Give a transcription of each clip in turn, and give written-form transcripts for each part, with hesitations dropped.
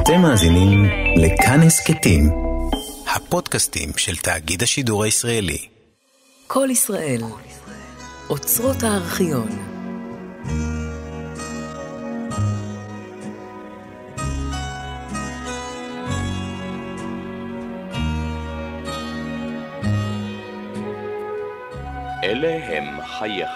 אתם מאזינים לכאן הסכתים, הפודקאסטים של תאגיד השידור הישראלי. כל ישראל, אוצרות הארכיון. אלה הם חייך.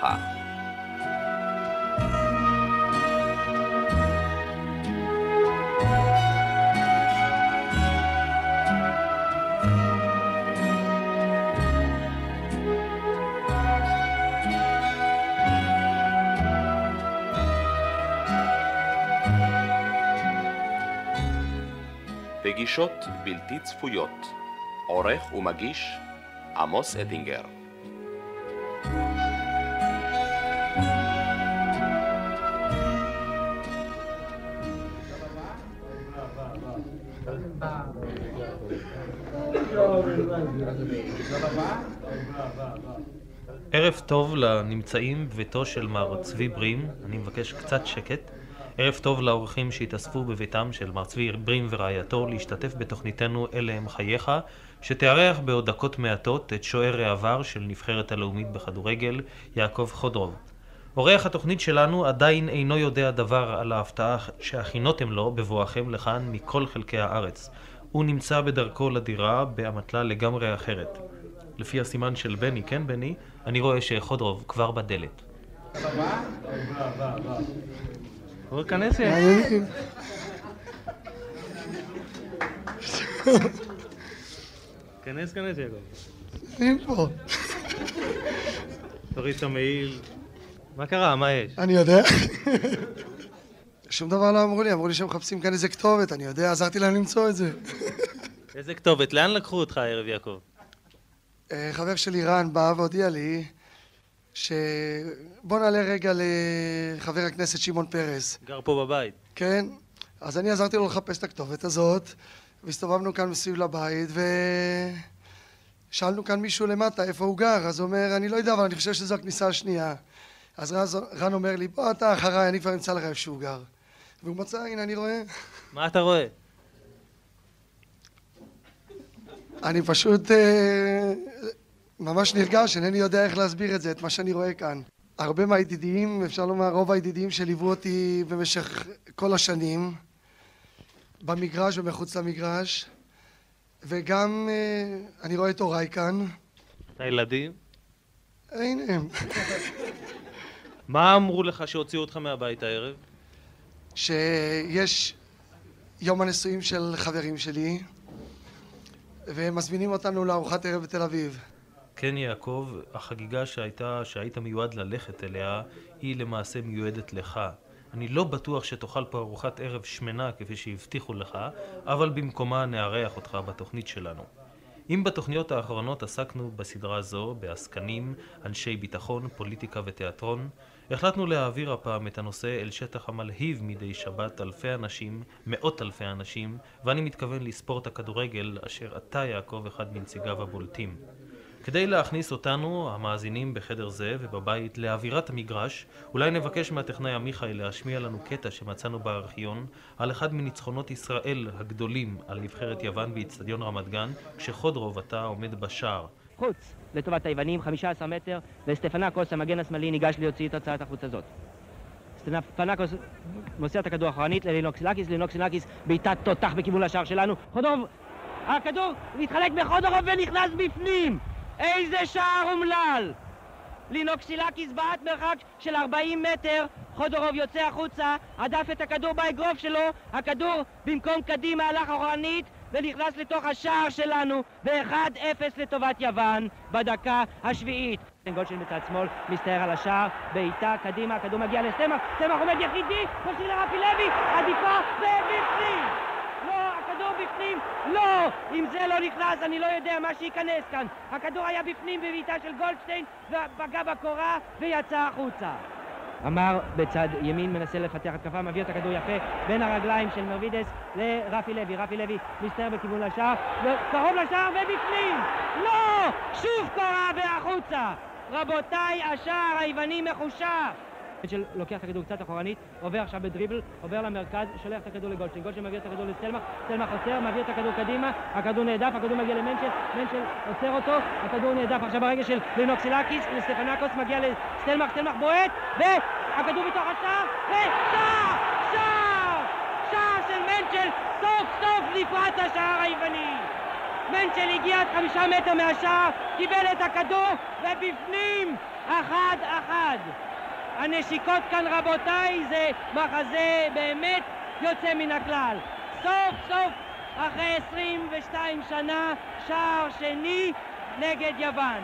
פגישות בלתי צפויות. עורך ומגיש עמוס אטינגר. ערב טוב לנמצאים בביתו של מר צבי ברים, אני מבקש קצת שקט. ערב טוב לאורחים שהתאספו בביתם של מר צבי ברים ורעייתו להשתתף בתוכניתנו אלה הם חייך, שתארח בעוד דקות מעטות את שוער העבר של נבחרת הלאומית בכדורגל, יעקב חודרוב. אורח התוכנית שלנו עדיין אינו יודע דבר על ההפתעה שהכינותם לו בבואכם לכאן מכל חלקי הארץ. הוא נמצא בדרכו לדירה באמתלה לגמרי אחרת. לפי הסימן של בני, כן בני, אני רואה שחודרוב כבר בדלת. בוא כנס כנס יעקב. אני פה. תוריד את המעיל. מה קרה? מה יש? אני יודע. שום דבר לא אמרו לי שהם מחפשים כאן איזה כתובת, אני יודע, עזרתי להם למצוא את זה. איזה כתובת? לאן לקחו אותך הערב יעקב? חבר שלי רן בא והודיע לי בוא נעלה רגע לחבר הכנסת שמעון פרס. גר פה בבית. כן, אז אני עזרתי לו לחפש את הכתובת הזאת, והסתובבנו כאן מסביב לבית, ושאלנו כאן מישהו למטה איפה הוא גר, אז הוא אומר, אני לא יודע, אבל אני חושב שזו הכניסה השנייה. אז רן אומר לי, בוא אתה אחריי, אני כבר אמצא לך איפה שהוא גר. והוא מצא, הנה אני רואה. מה אתה רואה? אני פשוט ממש נרגש, אינני יודע איך להסביר את זה, את מה שאני רואה כאן. הרבה מהידידים, אפשר לומר רוב הידידים שליוו אותי במשך כל השנים, במגרש ומחוץ למגרש, וגם אני רואה את הוריי כאן. את הילדים? הנה הם. מה אמרו לך שהוציאו אותך מהבית הערב? שיש יום הנישואים של חברים שלי, והם מזמינים אותנו לארוחת ערב בתל אביב. כן יעקב, החגיגה שהיית מיועד ללכת אליה, היא למעשה מיועדת לך. אני לא בטוח שתאכל פה ארוחת ערב שמנה כפי שהבטיחו לך, אבל במקומה נארח אותך בתוכנית שלנו. אם בתוכניות האחרונות עסקנו בסדרה זו, בעסקנים, אנשי ביטחון, פוליטיקה ותיאטרון, החלטנו להעביר הפעם את הנושא אל שטח המלהיב מדי שבת אלפי אנשים, מאות אלפי אנשים, ואני מתכוון לספור את הכדורגל אשר אתה יעקב אחד מנציגיו הבולטים. כדי להכניס אותנו, המאזינים בחדר זה ובבית, לאווירת המגרש, אולי נבקש מהטכנאי עמיחי להשמיע לנו קטע שמצאנו בארכיון על אחד מניצחונות ישראל הגדולים על נבחרת יוון באצטדיון רמת גן, כשחודרוב אתה עומד בשער. חוץ לטובת היוונים, 15 מטר, וסטפנקוס, המגן השמאלי, ניגש להוציא את הצעת החוץ הזאת. סטפנקוס מוסר את הכדור אחרנית ללינוקסילקיס, בעיטת תותח בכיוון לשער שלנו. חודרוב, הכדור מתחלק בחודרוב ונכנס בפנים! איזה שער אומלל! לינוקסילקיס בעט מרחק של 40 מטר, חודרוב יוצא החוצה, עדף את הכדור באגרוף שלו, הכדור במקום קדימה הלך אחורנית ונכנס לתוך השער שלנו, ו-1-0 לטובת יוון בדקה השביעית. גולדשטיין בצד שמאל מסתער על השער, בעיטה קדימה, הכדור מגיע לסטמח, סטמח עומד יחידי, מוסר לרפי לוי, עדיפה ובפנים! לא, הכדור בפנים, לא! אם זה לא נכנס, אני לא יודע מה שייכנס כאן. הכדור היה בפנים בבעיטה של גולדשטיין, ופגע בקורה ויצא החוצה. אמר בצד ימין מנסה לפתח התקפה, מביא את הכדור יפה בין הרגליים של מרווידס לרפי לוי. רפי לוי מסתער בכיוון לשער, קרוב לשער ובפנים! לא! שוב קורה והחוצה! רבותיי, השער היווני מחושב! מנצ'ל לוקח את הכדור קצת אחורנית, עובר עכשיו בדריבל, עובר למרכז, שולח את הכדור לגולדשטיין, גולדשטיין מעביר את הכדור לסטלמך, סטלמך עוצר, מעביר את הכדור קדימה, הכדור נעדף, הכדור מגיע למנצ'ל, מנצ'ל עוצר אותו, הכדור נעדף עכשיו ברגע של לינוקסילקיס, לסטפנקוס, מגיע לסטלמך, סטלמך בועט, והכדור בתוך השער, ושער! שער! שער של מנצ'ל, סוף סוף נפרץ השער היווני. מנצ'ל הגיע עד 5 מטר מהשער, קיבל את הכדור, ובפנים 1-1. הנשיקות כאן רבותיי זה מחזה באמת יוצא מן הכלל. סוף סוף אחרי 22 שנה שער שני נגד יוון.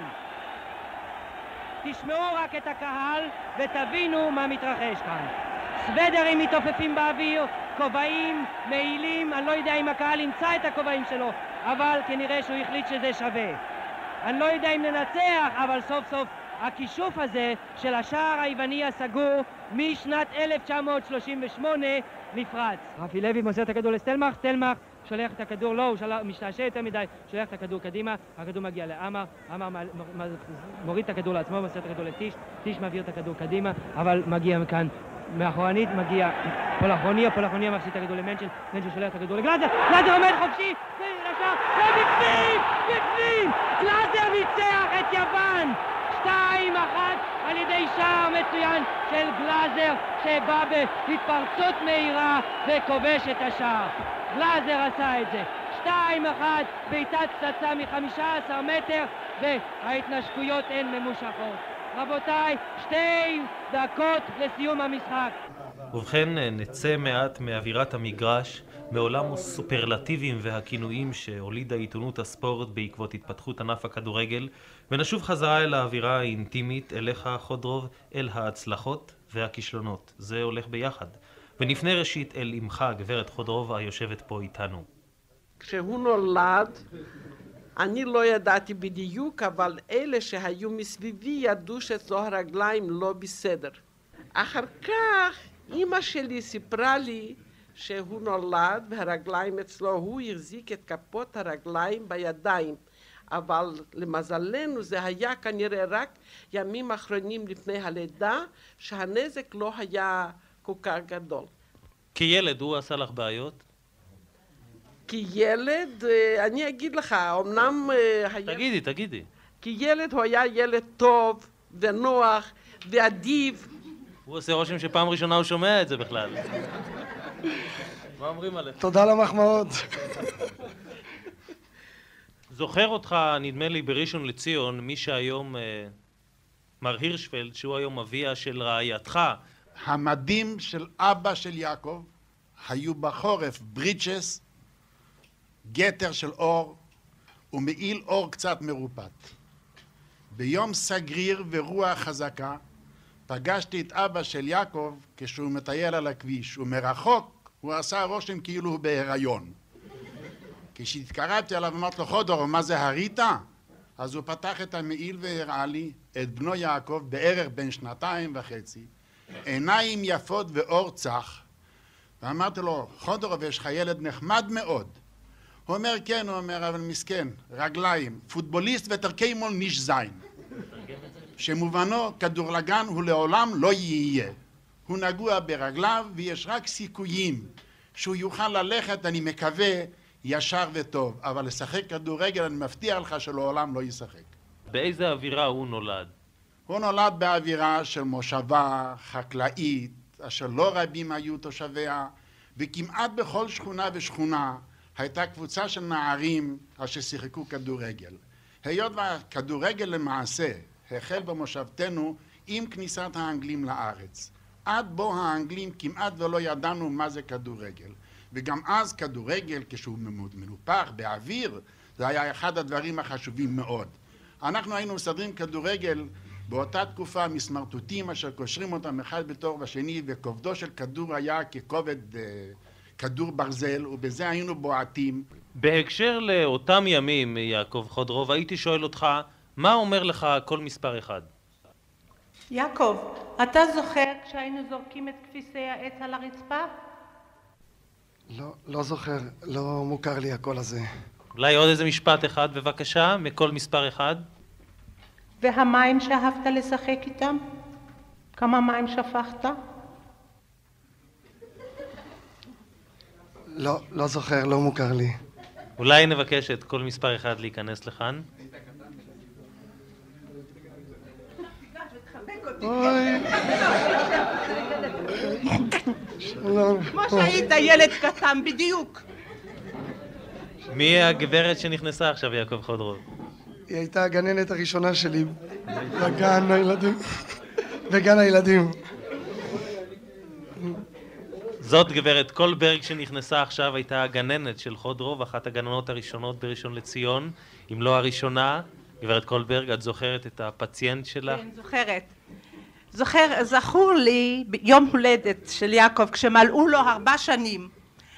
תשמעו רק את הקהל ותבינו מה מתרחש כאן. סוודרים מתעופפים באוויר, כובעים, מעילים, אני לא יודע אם הקהל ימצא את הכובעים שלו, אבל כנראה שהוא החליט שזה שווה. אני לא יודע אם ננצח, אבל סוף סוף הכישוף הזה של השער היווני הסגור משנת 1938 נפרץ. רפי לוי מוסר את הכדור לסטלמך, סטלמך שולח את הכדור, לא, הוא משתעשע יותר מדי, שולח את הכדור קדימה, הכדור מגיע לעמר, עמר מוריד את הכדור לעצמו, מוסר את הכדור לטיש, טיש מעביר את הכדור קדימה, אבל מגיע מכאן מאחורנית, מגיע פולחוניה, פולחוניה מפסיד את הכדור למנצ'ל, מנצ'ל שולח את הכדור לגלאזר, גלאזר עומד חופשי, ובפנים, בפנים, גלאזר ניצח את יוון, 2-1 על ידי שער מצוין של גלאזר שבא בהתפרצות מהירה וכובש את השער. גלאזר עשה את זה. 2-1 בעיטת פצצה מ-15 מטר וההתנשקויות הן ממושכות. רבותיי, 2 דקות לסיום המשחק. ובכן, נצא מעט מאווירת המגרש, מעולם הסופרלטיבים והכינויים שהולידה עיתונות הספורט בעקבות התפתחות ענף הכדורגל, ונשוב חזרה אל האווירה האינטימית, אליך חודרוב, אל ההצלחות והכישלונות. זה הולך ביחד. ונפנה ראשית אל אמך, גברת חודרוב, היושבת פה איתנו. כשהוא נולד, אני לא ידעתי בדיוק, אבל אלה שהיו מסביבי ידעו שאצלו הרגליים לא בסדר. אחר כך אמא שלי סיפרה לי שהוא נולד והרגליים אצלו, הוא החזיק את כפות הרגליים בידיים. אבל למזלנו זה היה כנראה רק ימים אחרונים לפני הלידה, שהנזק לא היה כל כך גדול. כילד הוא עשה לך בעיות? כילד, אני אגיד לך, אמנם היה... תגידי. כילד הוא היה ילד טוב ונוח ואדיב. הוא עושה רושם שפעם ראשונה הוא שומע את זה בכלל. מה אומרים עליך? תודה למחמאות. זוכר אותך, נדמה לי, בראשון לציון, מי שהיום, מר הירשפלד, שהוא היום אביה של רעייתך. המדים של אבא של יעקב היו בחורף בריצ'ס, גטר של אור ומעיל אור קצת מרופט. ביום סגריר ורוח חזקה פגשתי את אבא של יעקב כשהוא מטייל על הכביש, ומרחוק הוא עשה רושם כאילו הוא בהיריון. כשהתקרבתי עליו ואמרתי לו, חודור, מה זה הריטה? אז הוא פתח את המעיל והראה לי את בנו יעקב בערך בן 2.5, עיניים יפות ואור צח, ואמרתי לו, חודור, יש לך ילד נחמד מאוד. הוא אומר, כן, הוא אומר, אבל מסכן, רגליים, פוטבוליסט ותרכי מול ניש זין. שמובנו, כדורגלן הוא לעולם לא יהיה. הוא נגוע ברגליו ויש רק סיכויים שהוא יוכל ללכת, אני מקווה, ישר וטוב, אבל לשחק כדורגל אני מבטיח לך שלעולם לא ישחק. באיזה אווירה הוא נולד? הוא נולד באווירה של מושבה חקלאית, אשר לא רבים היו תושביה, וכמעט בכל שכונה ושכונה הייתה קבוצה של נערים אשר שיחקו כדורגל. היות והכדורגל למעשה החל במושבתנו עם כניסת האנגלים לארץ. עד בו האנגלים כמעט ולא ידענו מה זה כדורגל. וגם אז כדורגל, כשהוא מנופח באוויר, זה היה אחד הדברים החשובים מאוד. אנחנו היינו מסדרים כדורגל באותה תקופה מסמרטוטים אשר קושרים אותם אחד בתור בשני, וכובדו של כדור היה ככובד כדור ברזל, ובזה היינו בועטים. בהקשר לאותם ימים, יעקב חודרוב, הייתי שואל אותך, מה אומר לך כל מספר אחד? יעקב, אתה זוכר כשהיינו זורקים את כביסי העץ על הרצפה? לא זוכר, לא מוכר לי הקול הזה. אולי עוד איזה משפט אחד בבקשה, מכל מספר אחד. והמים שאהבת לשחק איתם? כמה מים שפכת? לא זוכר, לא מוכר לי. אולי נבקש את כל מספר אחד להיכנס לכאן. אוי. שלום. כמו שהיית ילד קטן בדיוק. מי הגברת שנכנסה עכשיו, יעקב חודרוב? היא הייתה הגננת הראשונה שלי בגן הילדים. בגן הילדים. זאת גברת קולברג שנכנסה עכשיו, הייתה הגננת של חודרוב, אחת הגננות הראשונות בראשון לציון, אם לא הראשונה. גברת קולברג, את זוכרת את הפציינט שלך? כן, זוכרת. זכור לי ביום הולדת של יעקב, כשמלאו לו 4 שנים.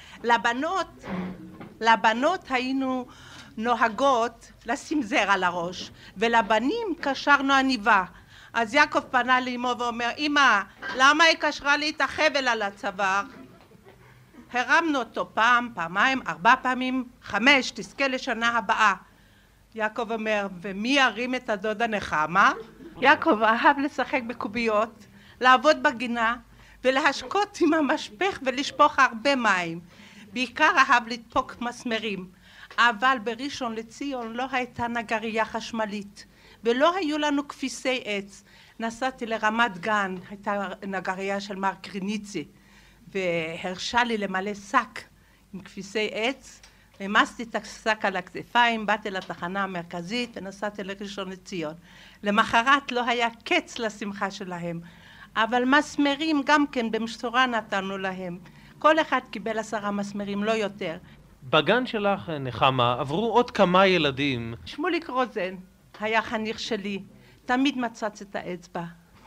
לבנות היינו נוהגות לשים זר על הראש, ולבנים קשרנו עניבה. אז יעקב פנה לאמו ואומר, אמא, למה היא קשרה לי את החבל על הצוואר? הרמנו אותו פעם, פעמיים, 4 פעמים, 5, תזכה לשנה הבאה. יעקב אומר, ומי ירים את הדודה נחמה? יעקב אהב לשחק בקוביות, לעבוד בגינה ולהשקות עם המשפך ולשפוך הרבה מים. בעיקר אהב לדפוק מסמרים. אבל בראשון לציון לא הייתה נגרייה חשמלית ולא היו לנו כביסי עץ. נסעתי לרמת גן, הייתה נגרייה של מר קריניצי, והרשה לי למלא שק עם כביסי עץ. העמסתי את השק על הכתפיים, באתי לתחנה המרכזית ונסעתי לראשון לציון. למחרת לא היה קץ לשמחה שלהם, אבל מסמרים גם כן במשורה נתנו להם. כל אחד קיבל 10 מסמרים, לא יותר. בגן שלך, נחמה, עברו עוד כמה ילדים. שמוליק רוזן היה חניך שלי, תמיד מצץ את האצבע.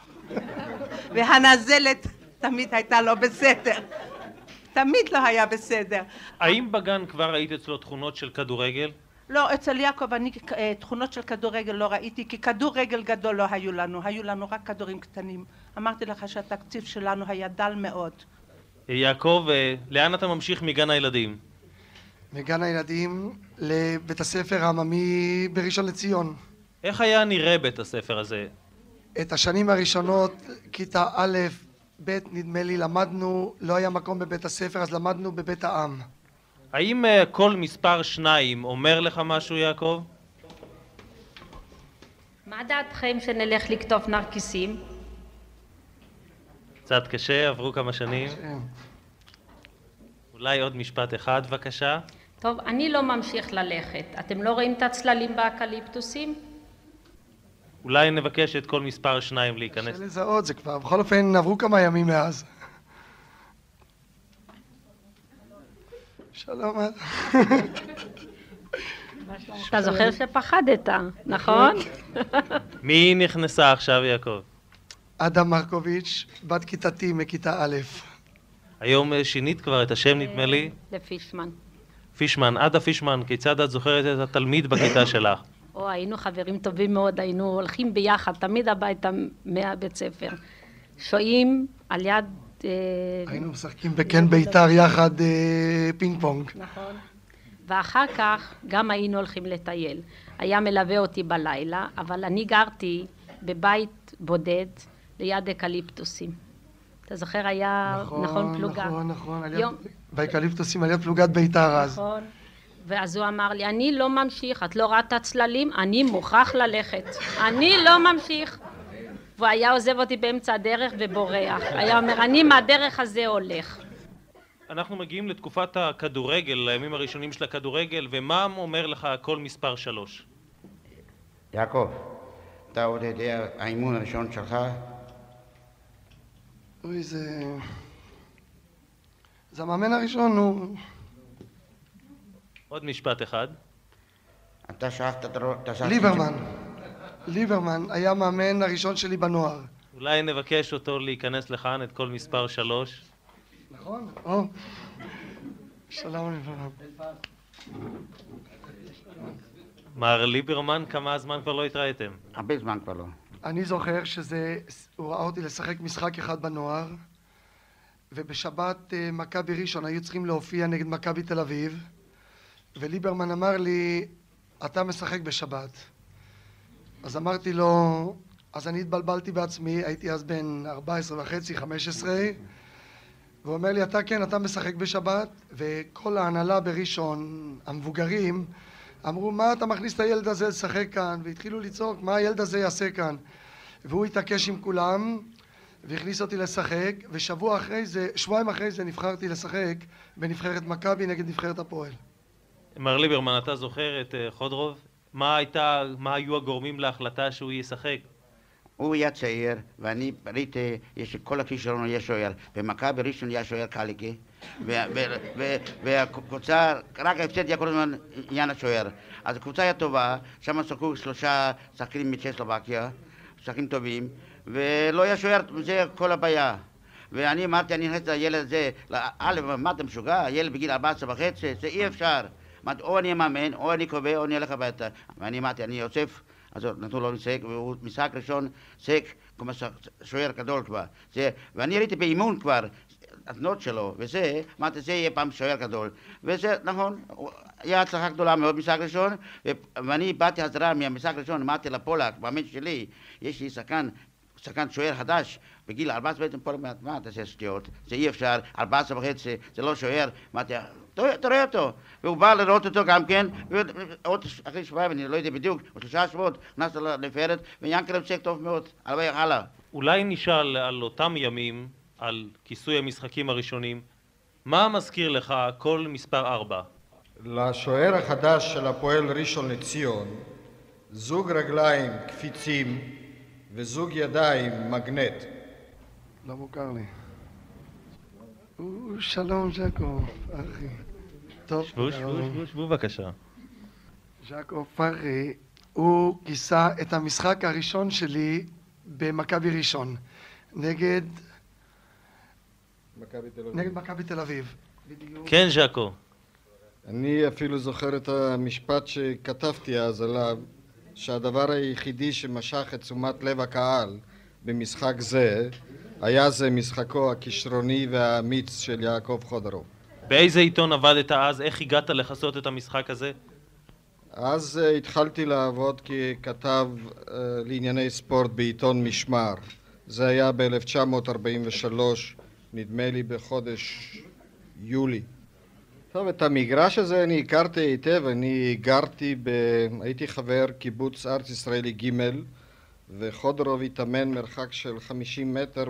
והנזלת תמיד הייתה לא בסדר. תמיד לא היה בסדר. האם בגן כבר ראית אצלו תכונות של כדורגל? לא, אצל יעקב אני תכונות של כדורגל לא ראיתי, כי כדורגל גדול לא היו לנו רק כדורים קטנים. אמרתי לך שהתקציב שלנו היה דל מאוד. יעקב, לאן אתה ממשיך מגן הילדים? מגן הילדים לבית הספר העממי בראשון לציון. איך היה נראה בית הספר הזה? את השנים הראשונות, כיתה א', ב', נדמה לי, למדנו, לא היה מקום בבית הספר, אז למדנו בבית העם. האם כל מספר 2 אומר לך משהו, יעקב? מה דעתכם שנלך לכתוב נרקיסים? קצת קשה, עברו כמה שנים. אולי עוד משפט אחד, בבקשה. טוב, אני לא ממשיך ללכת. אתם לא רואים את הצללים באקליפטוסים? אולי נבקש את כל מספר 2 להיכנס. קשה לזהות, זה כבר, בכל אופן עברו כמה ימים מאז. שלום. אתה זוכר שפחדת, נכון? מי נכנסה עכשיו, יעקב? אדם מרקוביץ', בת כיתתי מכיתה א'. היום שינית כבר את השם, נדמה לי? לפישמן. פישמן, עדה פישמן, כיצד את זוכרת את התלמיד בכיתה שלך? היינו חברים טובים מאוד, היינו הולכים ביחד, תמיד הביתה מהבית ספר. שוהים על יד... היינו משחקים בקן ביתר יחד פינג פונג. נכון. ואחר כך גם היינו הולכים לטייל. היה מלווה אותי בלילה, אבל אני גרתי בבית בודד ליד אקליפטוסים. אתה זוכר, היה נכון פלוגה. נכון. באקליפטוסים על יד פלוגת ביתר אז. נכון. ואז הוא אמר לי, אני לא ממשיך, את לא ראית צללים, אני מוכרח ללכת. אני לא ממשיך. והוא היה עוזב אותי באמצע הדרך ובורח. היה אומר, אני מהדרך הזה הולך. אנחנו מגיעים לתקופת הכדורגל, לימים הראשונים של הכדורגל, ומה אומר לך כל מספר 3? יעקב, אתה עוד יודע האימון הראשון שלך? אוי, זה המאמן הראשון, נו. עוד משפט אחד. אתה שכחת... ליברמן היה המאמן הראשון שלי בנוער. אולי נבקש אותו להיכנס לכאן, את כל מספר 3. נכון, שלום ליברמן. מר ליברמן, כמה זמן כבר לא התראיתם? הרבה זמן כבר לא. אני זוכר הוא ראה אותי לשחק משחק אחד בנוער, ובשבת מכבי ראשון היו צריכים להופיע נגד מכבי תל אביב, וליברמן אמר לי, אתה משחק בשבת. אז אמרתי לו, אז אני התבלבלתי בעצמי, הייתי אז בן 14 וחצי, 15, והוא אומר לי, אתה משחק בשבת, וכל ההנהלה בראשון, המבוגרים, אמרו, מה אתה מכניס את הילד הזה לשחק כאן? והתחילו לצעוק, מה הילד הזה יעשה כאן? והוא התעקש עם כולם, והכניס אותי לשחק, שבועיים אחרי זה נבחרתי לשחק בנבחרת מכבי נגד נבחרת הפועל. מר ליברמן, אתה זוכר את חודרוב? מה היו הגורמים להחלטה שהוא ישחק? הוא היה צעיר, ואני ראיתי, יש כל הכישרון היה שוער. במכבי ראשון היה שוער קליקי, והקבוצה, רק ההפסד היה כל הזמן עניין השוער. אז הקבוצה הייתה טובה, שם שחקו 3 שחקנים מצ'כוסלובקיה, שחקנים טובים, ולא היה שוער, זה כל הבעיה. ואני אמרתי, אני נכנס לילד הזה, מה אתה משוגע? ילד בגיל 14 וחצי, זה אי אפשר. או אני מאמן, או אני קובע, או אני הולך הביתה. ואני אמרתי, אני יוסף, אז נתנו לו לשחק, והוא משחק ראשון, שחק כמו שוער גדול כבר. ואני ראיתי באימון כבר, התנועות שלו, וזה, אמרתי, זה יהיה פעם שוער גדול. וזה, נכון, היה הצלחה גדולה מאוד משחק ראשון, ואני באתי חזרה מהמשחק ראשון, אמרתי לפולק, מאמן שלי, יש לי שחקן שוער חדש, בגיל 14 בעצם פולק, מה אתה עושה שטויות? זה אי אפשר, 14 וחצי, זה לא שוער, אמרתי, תראה אותו, והוא בא לראות אותו גם כן, ועוד אחרי שבועיים, אני לא יודע בדיוק, או 3 שבועות, נכנס לנבחרת, ויאנקל'ה משחק טוב מאוד, הלאה. אולי נשאל על אותם ימים, על כיסוי המשחקים הראשונים, מה מזכיר לך כל מספר 4? לשוער החדש של הפועל ראשון לציון, זוג רגליים קפיצים וזוג ידיים מגנט. לא מוכר לי. שלום ז'קוב, אחי. טוב. שבו בבקשה. ז'קוב פרי, הוא כיסה את המשחק הראשון שלי במכבי ראשון, נגד מכבי תל אביב. כן, ז'קו. אני אפילו זוכר את המשפט שכתבתי אז עליו, שהדבר היחידי שמשך את תשומת לב הקהל במשחק זה, היה זה משחקו הכישרוני והאמיץ של יעקב חודרוב. באיזה עיתון עבדת אז? איך הגעת לחסות את המשחק הזה? אז התחלתי לעבוד ככתב לענייני ספורט בעיתון משמר. זה היה ב-1943, נדמה לי בחודש יולי. טוב, את המגרש הזה אני הכרתי היטב, הייתי חבר קיבוץ ארץ ישראלי ג' וחודרוב התאמן מרחק של 50 מטר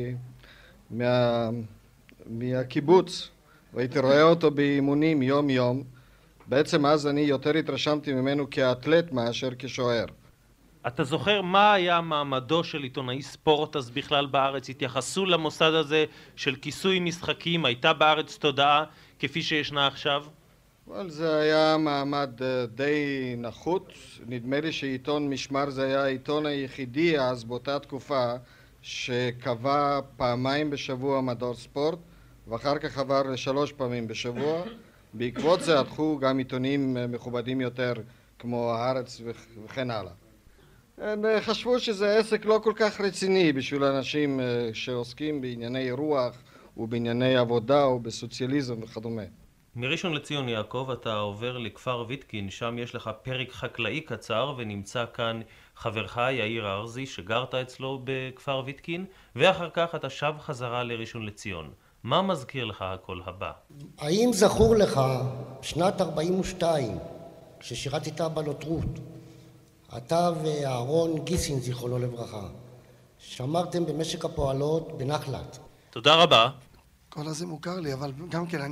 מהקיבוץ, והייתי רואה אותו באימונים יום יום. בעצם אז אני יותר התרשמתי ממנו כאתלט מאשר כשוער. אתה זוכר מה היה מעמדו של עיתונאי ספורט אז בכלל בארץ? התייחסו למוסד הזה של כיסוי משחקים? הייתה בארץ תודעה כפי שישנה עכשיו? אבל זה היה מעמד די נחות. נדמה לי שעיתון משמר זה היה העיתון היחידי אז באותה תקופה שקבע 2 בשבוע מדור ספורט, ואחר כך עבר ל3 פעמים בשבוע. בעקבות זה הלכו גם עיתונים מכובדים יותר כמו הארץ וכן הלאה. הם חשבו שזה עסק לא כל כך רציני בשביל אנשים שעוסקים בענייני רוח ובענייני עבודה ובסוציאליזם וכדומה. מראשון לציון, יעקב, אתה עובר לכפר ויטקין, שם יש לך פרק חקלאי קצר, ונמצא כאן חברך יאיר ארזי שגרת אצלו בכפר ויטקין, ואחר כך אתה שב חזרה לראשון לציון. מה מזכיר לך הקול הבא? האם זכור לך שנת 42 כששירתת בלוטרות, אתה ואהרון גיסין זיכרונו לברכה שמרתם במשק הפועלות בנחלת? תודה רבה. כל הזה מוכר לי, אבל גם כן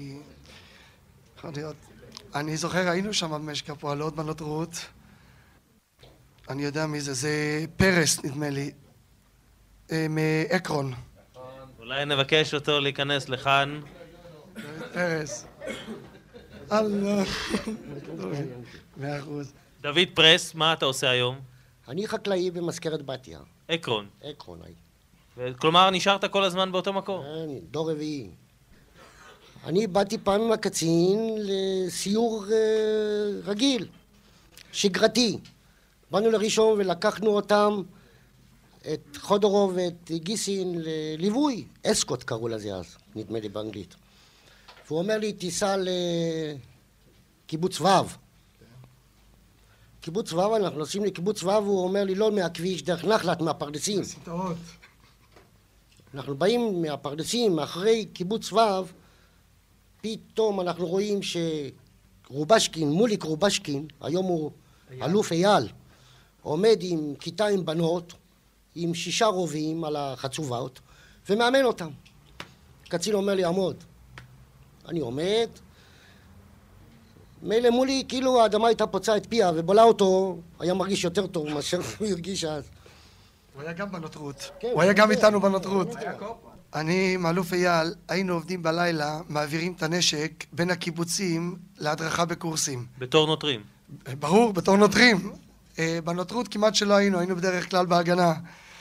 אני זוכר, היינו שם במשק הפועלות בלוטרות. אני יודע מי זה, זה פרס נדמה לי, מאקרון. אולי נבקש אותו להיכנס לכאן. פרס. אללה. 100%. דוד פרס, מה אתה עושה היום? אני חקלאי במזכרת בתיה. אקרון. אקרון, כלומר, נשארת כל הזמן באותו מקום? דור רביעי. אני באתי פעם עם הקצין לסיור רגיל, שגרתי. באנו לראשון ולקחנו אותם, את חודרוב ואת גיסין, לליווי. אסקוט קראו לזה אז, נדמה לי באנגלית. והוא אומר לי, תיסע לקיבוץ וו. קיבוץ וו, אנחנו נוסעים לקיבוץ וו, הוא אומר לי לא מהכביש, דרך נחלת, מהפרדסים. אנחנו באים מהפרדסים, מאחרי קיבוץ וו, פתאום אנחנו רואים שרובשקין, מוליק רובשקין, היום הוא אלוף אייל, עומד עם כיתה עם בנות, עם 6 רובים על החצובות, ומאמן אותם. קצין אומר לי, עמוד. אני עומד, מילא מולי, כאילו האדמה הייתה פוצעה את פיה ובולה אותו, היה מרגיש יותר טוב מאשר הוא הרגיש אז. הוא היה גם בנותרות. הוא היה גם איתנו בנותרות. אני עם אלוף אייל, היינו עובדים בלילה, מעבירים את הנשק בין הקיבוצים להדרכה בקורסים. בתור נוטרים. ברור, בתור נוטרים. בנותרות כמעט שלא היינו בדרך כלל בהגנה.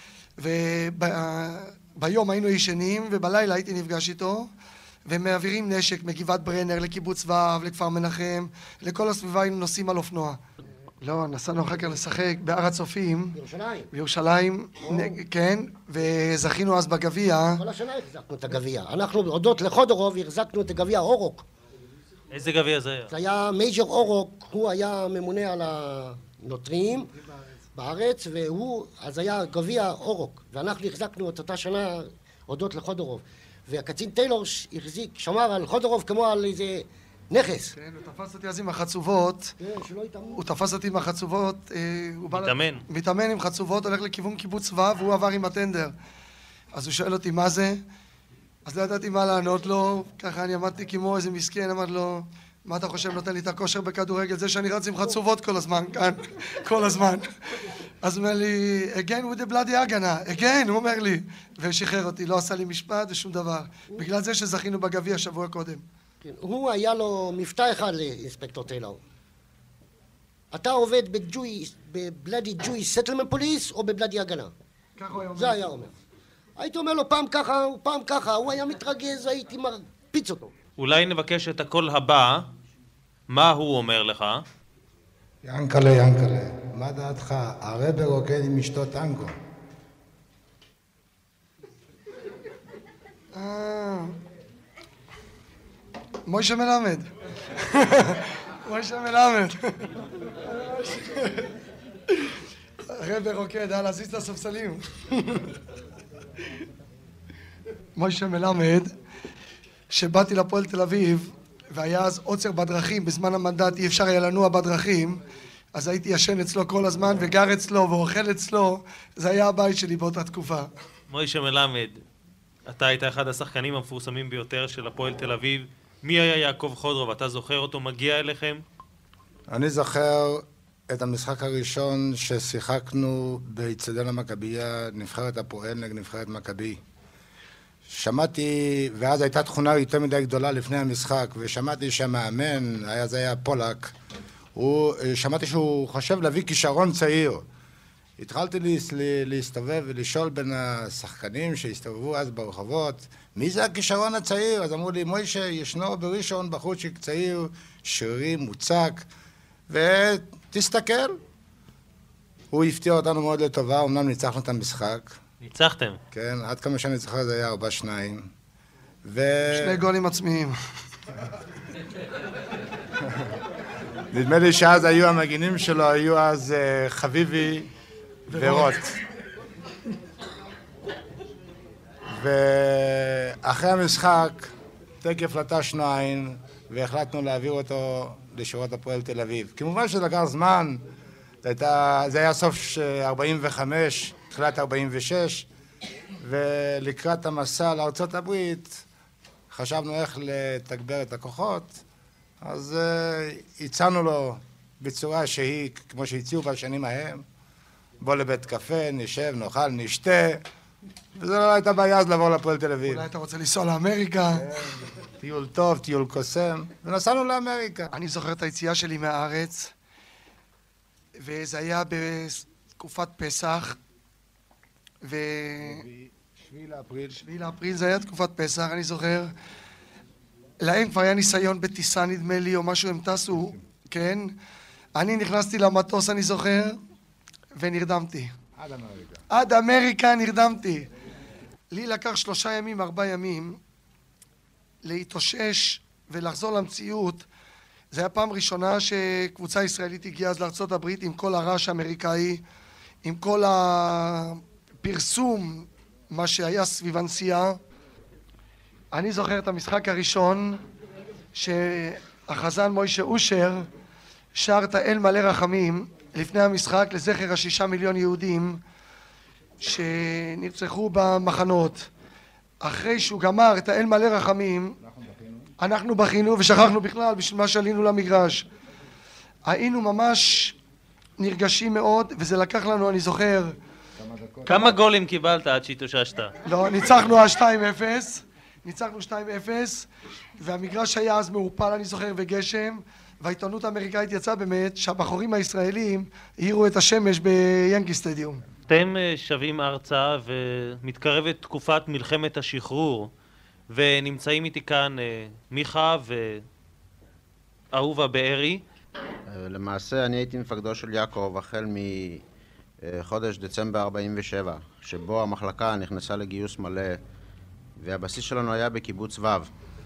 וביום היינו ישנים, ובלילה הייתי נפגש איתו, ומעבירים נשק מגבעת ברנר לקיבוץ וו, לכפר מנחם, לכל הסביבה היינו נוסעים על אופנוע. לא, נסענו אחר כך לשחק בהר הצופים. בירושלים, כן, וזכינו אז בגביע. כל השנה החזקנו את הגביע. אנחנו הודות לחודרוב החזקנו את הגביע אורוק. איזה גביע זה היה? זה היה מייג'ר אורוק, הוא היה ממונה על הנוטרים בארץ, והוא, אז היה גביע אורוק, ואנחנו החזקנו את אותה שנה הודות לחודרוב. והקצין טיילור החזיק, שמר על חודרוב כמו על איזה נכס. כן, הוא תפס אותי אז עם החצובות. כן, שלא יתאמו. הוא תפס אותי עם החצובות. מתאמן. מתאמן עם חצובות, הולך לכיוון קיבוץ וו, והוא עבר עם הטנדר. אז הוא שואל אותי מה זה, אז לא ידעתי מה לענות לו, ככה אני עמדתי כמו איזה מסכן, אמרתי לו, מה אתה חושב נותן לי את הכושר בכדורגל? זה שאני רץ עם חצובות כל הזמן, כאן, כל הזמן. אז הוא אומר לי, again with the bloody הגנה, again, הוא אומר לי, ושחרר אותי, לא עשה לי משפט ושום דבר, בגלל זה שזכינו בגביע שבוע קודם. כן, הוא היה לו מבטא אחד לאינספקטור טיילור. אתה עובד בבלאדי ג'וי סטלמנט פוליס או בבלאדי הגנה? ככה הוא היה אומר. זה היה אומר. הייתי אומר לו פעם ככה, פעם ככה, הוא היה מתרגז, הייתי מרפיץ אותו. אולי נבקש את הקול הבא, מה הוא אומר לך? ינקלה, ינקלה, מה דעתך? הרב רוקד עם אשתו טנגו. מוישה מלמד. מוישה מלמד. הרב רוקד, להזיז את הספסלים. מוישה מלמד, שבאתי לפועל תל אביב, והיה אז עוצר בדרכים, בזמן המנדט אי אפשר היה לנוע בדרכים, אז הייתי ישן אצלו כל הזמן וגר אצלו ואוכל אצלו, זה היה הבית שלי באותה תקופה. מוישה מלמד, אתה היית אחד השחקנים המפורסמים ביותר של הפועל תל אביב. מי היה יעקב חודרוב? אתה זוכר אותו מגיע אליכם? אני זוכר את המשחק הראשון ששיחקנו באצטדיון המכבייה, נבחרת הפועל נגד נבחרת מכבי. שמעתי, ואז הייתה תכונה יותר מדי גדולה לפני המשחק, ושמעתי שהמאמן, זה היה פולק, שמעתי שהוא חושב להביא כישרון צעיר. התחלתי להסתובב ולשאול בין השחקנים שהסתובבו אז ברחובות, מי זה הכישרון הצעיר? אז אמרו לי, מוישה, ישנו בראשון בחורצ'יק צעיר, שרירי, מוצק, ותסתכל. הוא הפתיע אותנו מאוד לטובה, אמנם ניצחנו את המשחק. ניצחתם? כן, עד כמה שאני זוכר זה היה 4-2. 2 גולים עצמיים. נדמה לי שאז היו המגינים שלו, היו אז חביבי ורוט. ואחרי המשחק תקף לטשנו עין והחלטנו להעביר אותו לשורות הפועל תל אביב. כמובן שזה לקח זמן, זה היה סוף 45, תחילת 46, ולקראת המסע לארצות הברית חשבנו איך לתגבר את הכוחות, אז הצענו לו בצורה שהיא, כמו שהציעו בשנים ההם, בוא לבית קפה, נשב, נאכל, נשתה, וזו לא הייתה בעיה אז לעבור לפועל תל אביב. אולי אתה רוצה לנסוע לאמריקה? טיול טוב, טיול קוסם, ונסענו לאמריקה. אני זוכר את היציאה שלי מהארץ, וזה היה בתקופת פסח, שביעי לאפריל. 7 לאפריל זה היה תקופת פסח, אני זוכר. להם כבר היה ניסיון בטיסה נדמה לי, או משהו הם טסו, כן? אני נכנסתי למטוס, אני זוכר, ונרדמתי. עד אמריקה. עד אמריקה נרדמתי. לי לקח 3 ימים, 4 ימים, להתאושש ולחזור למציאות, זה היה פעם ראשונה שקבוצה ישראלית הגיעה אז לארצות הברית עם כל הרעש האמריקאי, עם כל הפרסום, מה שהיה סביב הנסיעה. אני זוכר את המשחק הראשון שהחזן מוישה אושר שר את האל מלא רחמים לפני המשחק לזכר 6 מיליון יהודים שנרצחו במחנות. אחרי שהוא גמר את האל מלא רחמים, אנחנו בכינו ושכחנו בכלל בשביל מה שעלינו למגרש. היינו ממש נרגשים מאוד, וזה לקח לנו, אני זוכר... כמה גולים קיבלת עד שהתאוששת? לא, ניצחנו 2-0, ניצחנו 2-0, והמגרש היה אז מעורפל, אני זוכר, וגשם, והעיתונות האמריקאית יצאה באמת שהבחורים הישראלים העירו את השמש ביאנקי סטדיום. אתם שבים ארצה ומתקרבת תקופת מלחמת השחרור, ונמצאים איתי כאן מיכה ואהובה בארי. למעשה אני הייתי מפקדו של יעקב החל מחודש דצמבר 47, שבו המחלקה נכנסה לגיוס מלא, והבסיס שלנו היה בקיבוץ וו.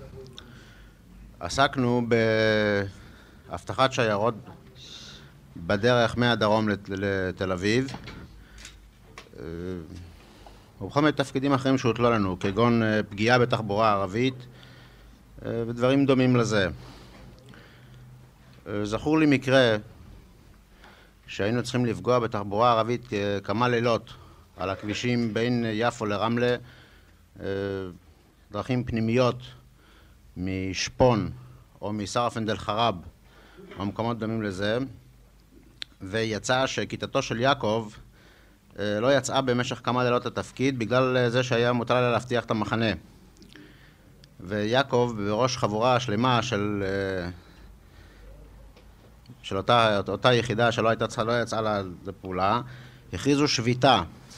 עסקנו בהבטחת שיירות בדרך מהדרום לתל אביב, ובכל מיני תפקידים אחרים שהוטלו לנו, כגון פגיעה בתחבורה ערבית ודברים דומים לזה. זכור לי מקרה שהיינו צריכים לפגוע בתחבורה ערבית כמה לילות על הכבישים בין יפו לרמלה, דרכים פנימיות משפון או מסרפנד אל חרב או מקומות דומים לזה, ויצא שכיתתו של יעקב לא יצאה במשך כמה לילות לתפקיד בגלל זה שהיה מוטל עליה להבטיח את המחנה. ויעקב בראש חבורה שלמה של אותה יחידה שלא יצאה לפעולה, הכריזו שביתה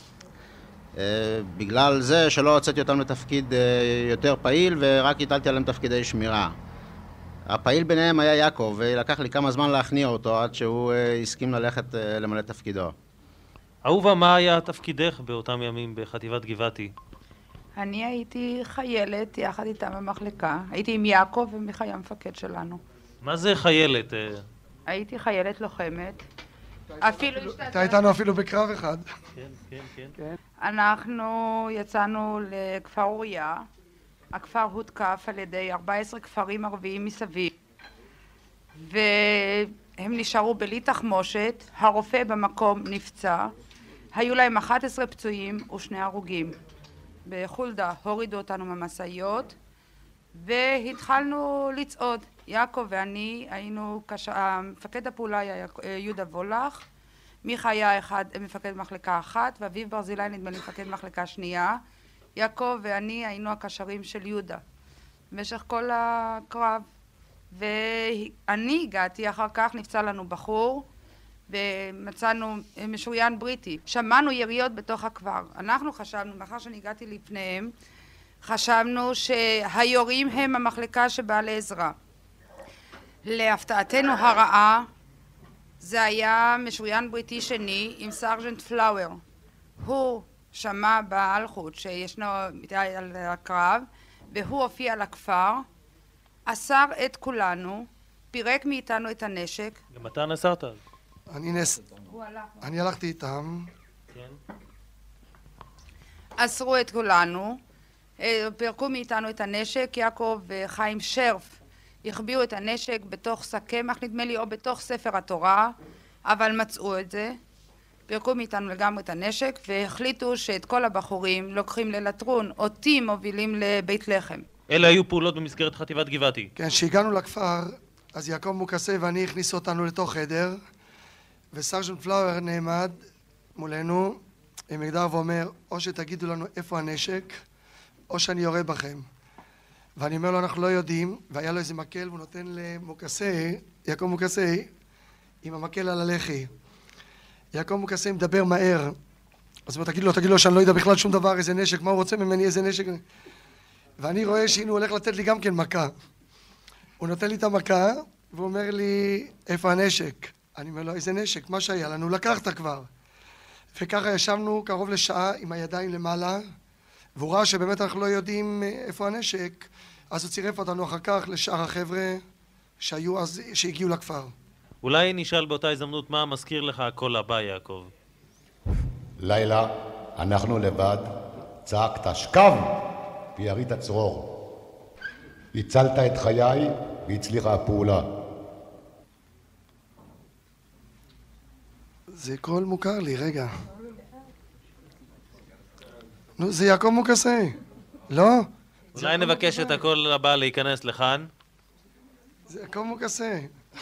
בגלל זה שלא הוצאתי אותם לתפקיד יותר פעיל ורק הטלתי עליהם תפקידי שמירה. הפעיל ביניהם היה יעקב, ולקח לי כמה זמן להכניע אותו עד שהוא הסכים ללכת למלא תפקידו. אהובה, מה היה תפקידך באותם ימים בחטיבת גבעתי? אני הייתי חיילת יחד איתם במחלקה. הייתי עם יעקב ומיכה היה המפקד שלנו. מה זה חיילת? הייתי חיילת לוחמת. אפילו אתה איתנו אפילו בקרב אחד. כן. אנחנו יצאנו לכפר אוריה. הכפר הותקף על ידי 14 כפרים ערביים מסביב, והם נשארו בלי תחמושת. הרופא במקום נפצע, היו להם 11 פצועים ו2 הרוגים. בחולדה הורידו אותנו מהמשאיות והתחלנו לצעוד. יעקב ואני היינו, מפקד הפעולה היה יהודה וולך, מיכה היה מפקד מחלקה אחת, ואביב ברזילי נדמה לי מפקד מחלקה שנייה. יעקב ואני היינו הקשרים של יהודה במשך כל הקרב, ואני הגעתי אחר כך, נפצע לנו בחור ומצאנו משוריין בריטי. שמענו יריות בתוך הכפר. אנחנו חשבנו, מאחר שאני הגעתי לפניהם, חשבנו שהיורים הם המחלקה שבאה לעזרה. להפתעתנו הרעה, זה היה משוריין בריטי שני עם סרג'נט פלאואר. הוא שמע באלחוט שישנו על הקרב, והוא הופיע לכפר, אסר את כולנו, פירק מאיתנו את הנשק. גם אתה נסעת? אני הלכתי איתם. כן. אסרו את כולנו, פירקו מאיתנו את הנשק. יעקב וחיים שרף החביאו את הנשק בתוך סכמח, נדמה לי, או בתוך ספר התורה, אבל מצאו את זה. פירקו מאיתנו לגמרי את הנשק, והחליטו שאת כל הבחורים לוקחים ללטרון, אותי מובילים לבית לחם. אלה היו פעולות במסגרת חטיבת גבעתי. כן, כשהגענו לכפר, אז יעקב מוקסה ואני הכניסו אותנו לתוך חדר, וסרג'נט פלאואר נעמד מולנו עם אקדח ואומר, או שתגידו לנו איפה הנשק, או שאני יורה בכם. ואני אומר לו, אנחנו לא יודעים, והיה לו איזה מקל, והוא נותן למוקסה, יעקב מוקסה, עם המקל על הלחי. יעקב מוקסה מדבר מהר, אז הוא אומר, תגיד לו שאני לא יודע בכלל שום דבר, איזה נשק, מה הוא רוצה ממני, איזה נשק. ואני רואה שהנה הוא הולך לתת לי גם כן מכה. הוא נותן לי את המכה, והוא אומר לי, איפה הנשק? אני אומר לו, איזה נשק? מה שהיה לנו, לקחת כבר. וככה ישבנו קרוב לשעה עם הידיים למעלה, והוא ראה שבאמת אנחנו לא יודעים איפה הנשק, אז הוא צירף אותנו אחר כך לשאר החבר'ה שהיו אז, שהגיעו לכפר. אולי נשאל באותה הזדמנות מה מזכיר לך הקול הבא, יעקב. לילה, אנחנו לבד, צעקת שקב וירית צרור. הצלת את חיי והצליחה הפעולה. זה קול מוכר לי, רגע. נו, זה יעקב מוקסה. לא? אולי נבקש את הקול הבא להיכנס לכאן. זה יעקב מוקסה.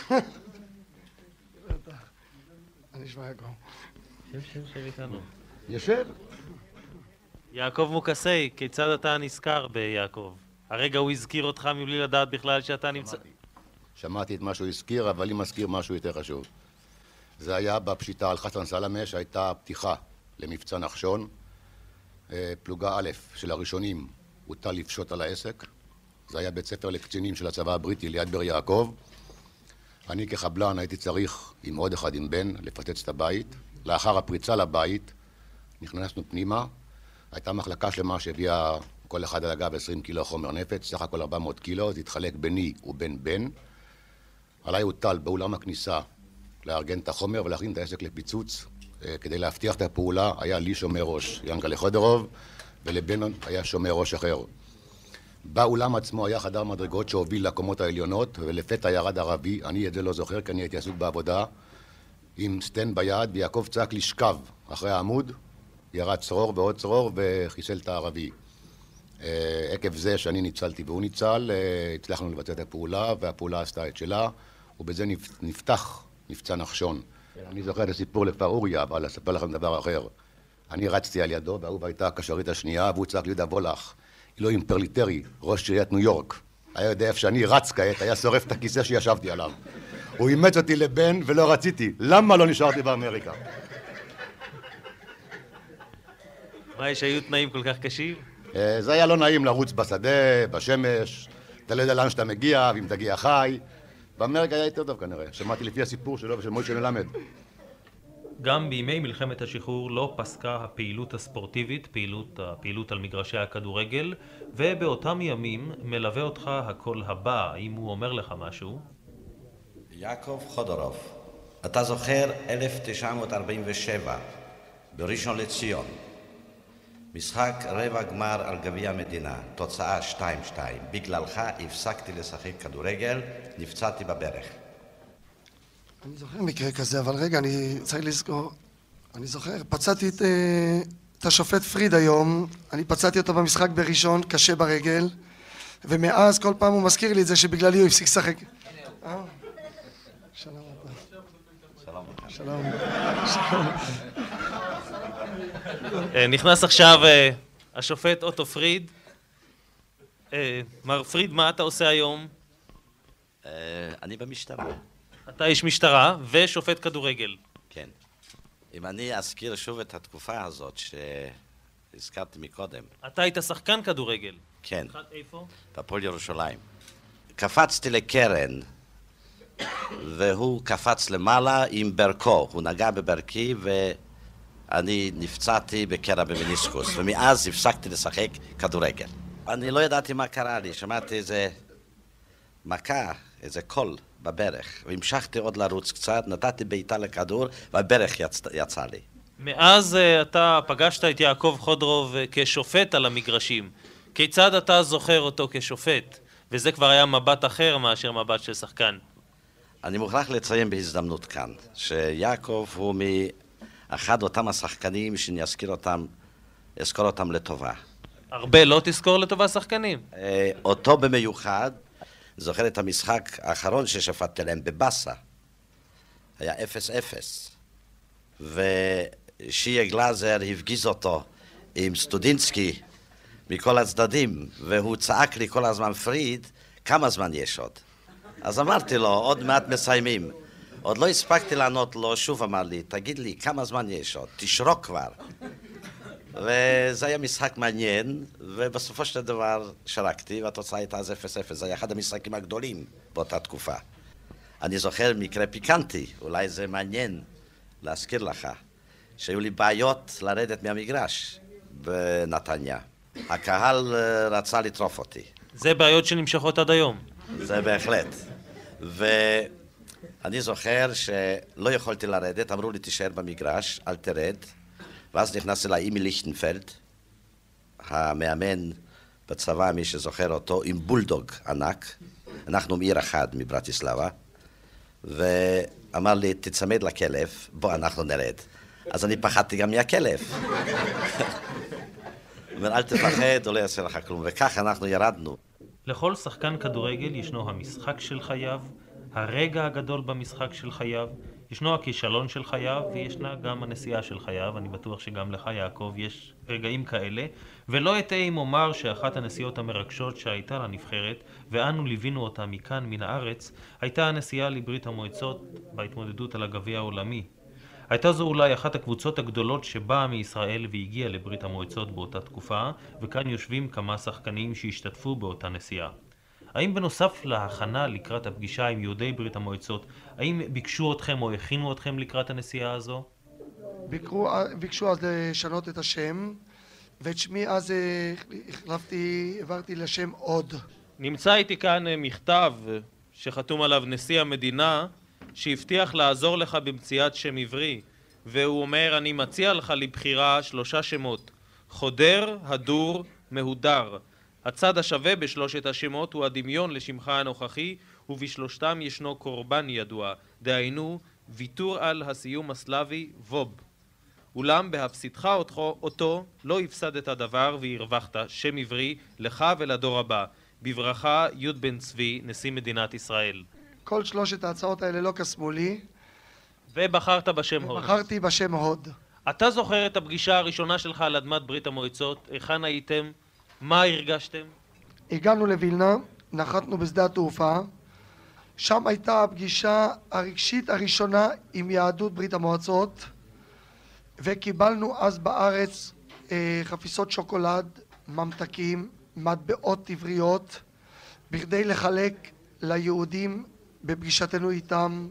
אני אשמע יעקב. שב איתנו. ישב. יעקב מוקסי, כיצד אתה נזכר ביעקב? הרגע הוא הזכיר אותך מבלי לדעת בכלל שאתה נמצא... שמעתי את מה שהוא הזכיר, אבל אני מזכיר משהו יותר חשוב. זה היה בפשיטה על חסן סלמה, שהייתה פתיחה למבצע נחשון. פלוגה א' של הראשונים הוטל לפשוט על העסק. זה היה בית ספר לקצינים של הצבא הבריטי ליד בר יעקב. אני כחבלן הייתי צריך עם עוד אחד עם בן לפוצץ את הבית. לאחר הפריצה לבית נכנסנו פנימה. הייתה מחלקה שלמה שהביאה כל אחד על הגב 20 קילו חומר נפץ, סך הכל 400 קילו, זה התחלק ביני ובין בן. עליי הוטל באולם הכניסה לארגן את החומר ולהכין את העסק לפיצוץ. כדי להבטיח את הפעולה היה לי שומר ראש, ינקלה חודרוב, ולבן היה שומר ראש אחר. באולם עצמו היה חדר מדרגות שהוביל לקומות העליונות, ולפתע ירד ערבי, אני את זה לא זוכר כי אני הייתי עסוק בעבודה, עם סטנד ביד, ויעקב צעק לשכב אחרי העמוד, ירד צרור ועוד צרור וחיסל את הערבי. עקב זה שאני ניצלתי והוא ניצל, הצלחנו לבצע את הפעולה, והפעולה עשתה את שלה, ובזה נפתח מבצע נחשון. אני זוכר את הסיפור לכפר אוריה, אבל אספר לכם דבר אחר. אני רצתי על ידו, והוא הייתה הקשרית השנייה, והוא צעק יהודה וולך, אלוהים פרליטרי, ראש עיריית ניו יורק. היה יודע איפה שאני רץ כעת, היה שורף את הכיסא שישבתי עליו. הוא אימץ אותי לבן ולא רציתי. למה לא נשארתי באמריקה? מה, יש היו תנאים כל כך קשים? זה היה לא נעים לרוץ בשדה, בשמש, אתה לא יודע לאן שאתה מגיע, ואם תגיע חי. באמריקה היה יותר טוב כנראה, שמעתי לפי הסיפור שלו ושל מוישה מלמד. גם בימי מלחמת השחרור לא פסקה הפעילות הספורטיבית, הפעילות על מגרשי הכדורגל, ובאותם ימים מלווה אותך הקול הבא, האם הוא אומר לך משהו? יעקב חודרוב, אתה זוכר 1947, בראשון לציון, משחק רבע גמר על גביע המדינה, תוצאה 2-2. בגללך הפסקתי לשחק כדורגל, נפצעתי בברך. אני זוכר מקרה כזה, אבל רגע, אני צריך לזכור. אני זוכר, פצעתי את השופט פריד היום, אני פצעתי אותו במשחק בראשון, קשה ברגל, ומאז כל פעם הוא מזכיר לי את זה שבגללי הוא הפסיק לשחק. שלום אתה. שלום. שלום. נכנס עכשיו השופט אוטו פריד. מר פריד, מה אתה עושה היום? אני במשטרה. אתה איש משטרה ושופט כדורגל. כן. אם אני אזכיר שוב את התקופה הזאת שהזכרתי מקודם. אתה היית שחקן כדורגל. כן. איפה? בפועל ירושלים. קפצתי לקרן, והוא קפץ למעלה עם ברכו. הוא נגע בברכי ואני נפצעתי בקרע במניסקוס, ומאז הפסקתי לשחק כדורגל. אני לא ידעתי מה קרה לי, שמעתי איזה מכה, איזה קול בברך, והמשכתי עוד לרוץ קצת, נתתי בעיטה לכדור, והברך יצא לי. מאז אתה פגשת את יעקב חודרוב כשופט על המגרשים. כיצד אתה זוכר אותו כשופט? וזה כבר היה מבט אחר מאשר מבט של שחקן. אני מוכרח לציין בהזדמנות כאן, שיעקב הוא מאחד אותם השחקנים שאני אזכור אותם לטובה. הרבה לא תזכור לטובה שחקנים? אותו במיוחד, זוכר את המשחק האחרון ששפטתי להם בבאסה. היה 0-0. ושיהיה גלאזר הפגיז אותו עם סטודינסקי מכל הצדדים, והוא צעק לי כל הזמן, פריד, כמה זמן יש עוד? אז אמרתי לו, עוד מעט מסיימים. עוד לא הספקתי לענות לו, שוב אמר לי, תגיד לי, כמה זמן יש עוד? תשרוק כבר. וזה היה משחק מעניין, ובסופו של דבר שרקתי, והתוצאה הייתה אז 0-0. זה היה אחד המשחקים הגדולים באותה תקופה. אני זוכר מקרה פיקנטי, אולי זה מעניין להזכיר לך, שהיו לי בעיות לרדת מהמגרש בנתניה. הקהל רצה לטרוף אותי. זה בעיות שנמשכות עד היום. זה בהחלט. ואני זוכר שלא יכולתי לרדת, אמרו לי תישאר במגרש, אל תרד, ואז נכנס אליי אימי ליכטנפלד, המאמן בצבא, מי שזוכר אותו, עם בולדוג ענק, אנחנו מעיר אחד מברטיסלבה, ואמר לי, תצמד לכלב, בוא אנחנו נרד. אז אני פחדתי גם מהכלב. הוא אומר, אל תפחד, הוא לא יעשה לך כלום, וכך אנחנו ירדנו. לכל שחקן כדורגל ישנו המשחק של חייו, הרגע הגדול במשחק של חייו, ישנו הכישלון של חייו, וישנה גם הנסיעה של חייו. אני בטוח שגם לך, יעקב, יש רגעים כאלה, ולא אטעה אם אומר שאחת הנסיעות המרגשות שהייתה לנבחרת, ואנו ליווינו אותה מכאן מן הארץ, הייתה הנסיעה לברית המועצות בהתמודדות על הגביע העולמי. הייתה זו אולי אחת הקבוצות הגדולות שבאה מישראל והגיעה לברית המועצות באותה תקופה, וכאן יושבים כמה שחקנים שהשתתפו באותה נסיעה. האם בנוסף להכנה לקראת הפגישה עם יהודי ברית המועצות, האם ביקשו אתכם או הכינו אתכם לקראת הנסיעה הזו? ביקשו אז לשנות את השם, ואת שמי אז העברתי לשם עוד. נמצא איתי כאן מכתב שחתום עליו נשיא המדינה, שהבטיח לעזור לך במציאת שם עברי, והוא אומר, אני מציע לך לבחירה 3 שמות, חודר, הדור, מהודר. הצד השווה בשלושת השמות הוא הדמיון לשמך הנוכחי, ובשלושתם ישנו קורבן ידוע, דהיינו ויתור על הסיום הסלאבי ווב. אולם בהפסידך אותו לא הפסדת דבר והרווחת שם עברי לך ולדור הבא. בברכה, י' בן צבי, נשיא מדינת ישראל. כל 3 ההצעות האלה לא קסמו לי. ובחרת בשם הוד. בחרתי בשם הוד. אתה זוכר את הפגישה הראשונה שלך על אדמת ברית המועצות? היכן הייתם? מה הרגשתם? הגענו לווילנה, נחתנו בשדה התעופה. שם הייתה הפגישה הרגשית הראשונה עם יהדות ברית המועצות, וקיבלנו אז בארץ חפיסות שוקולד, ממתקים, מטבעות עבריות, בכדי לחלק ליהודים בפגישתנו איתם.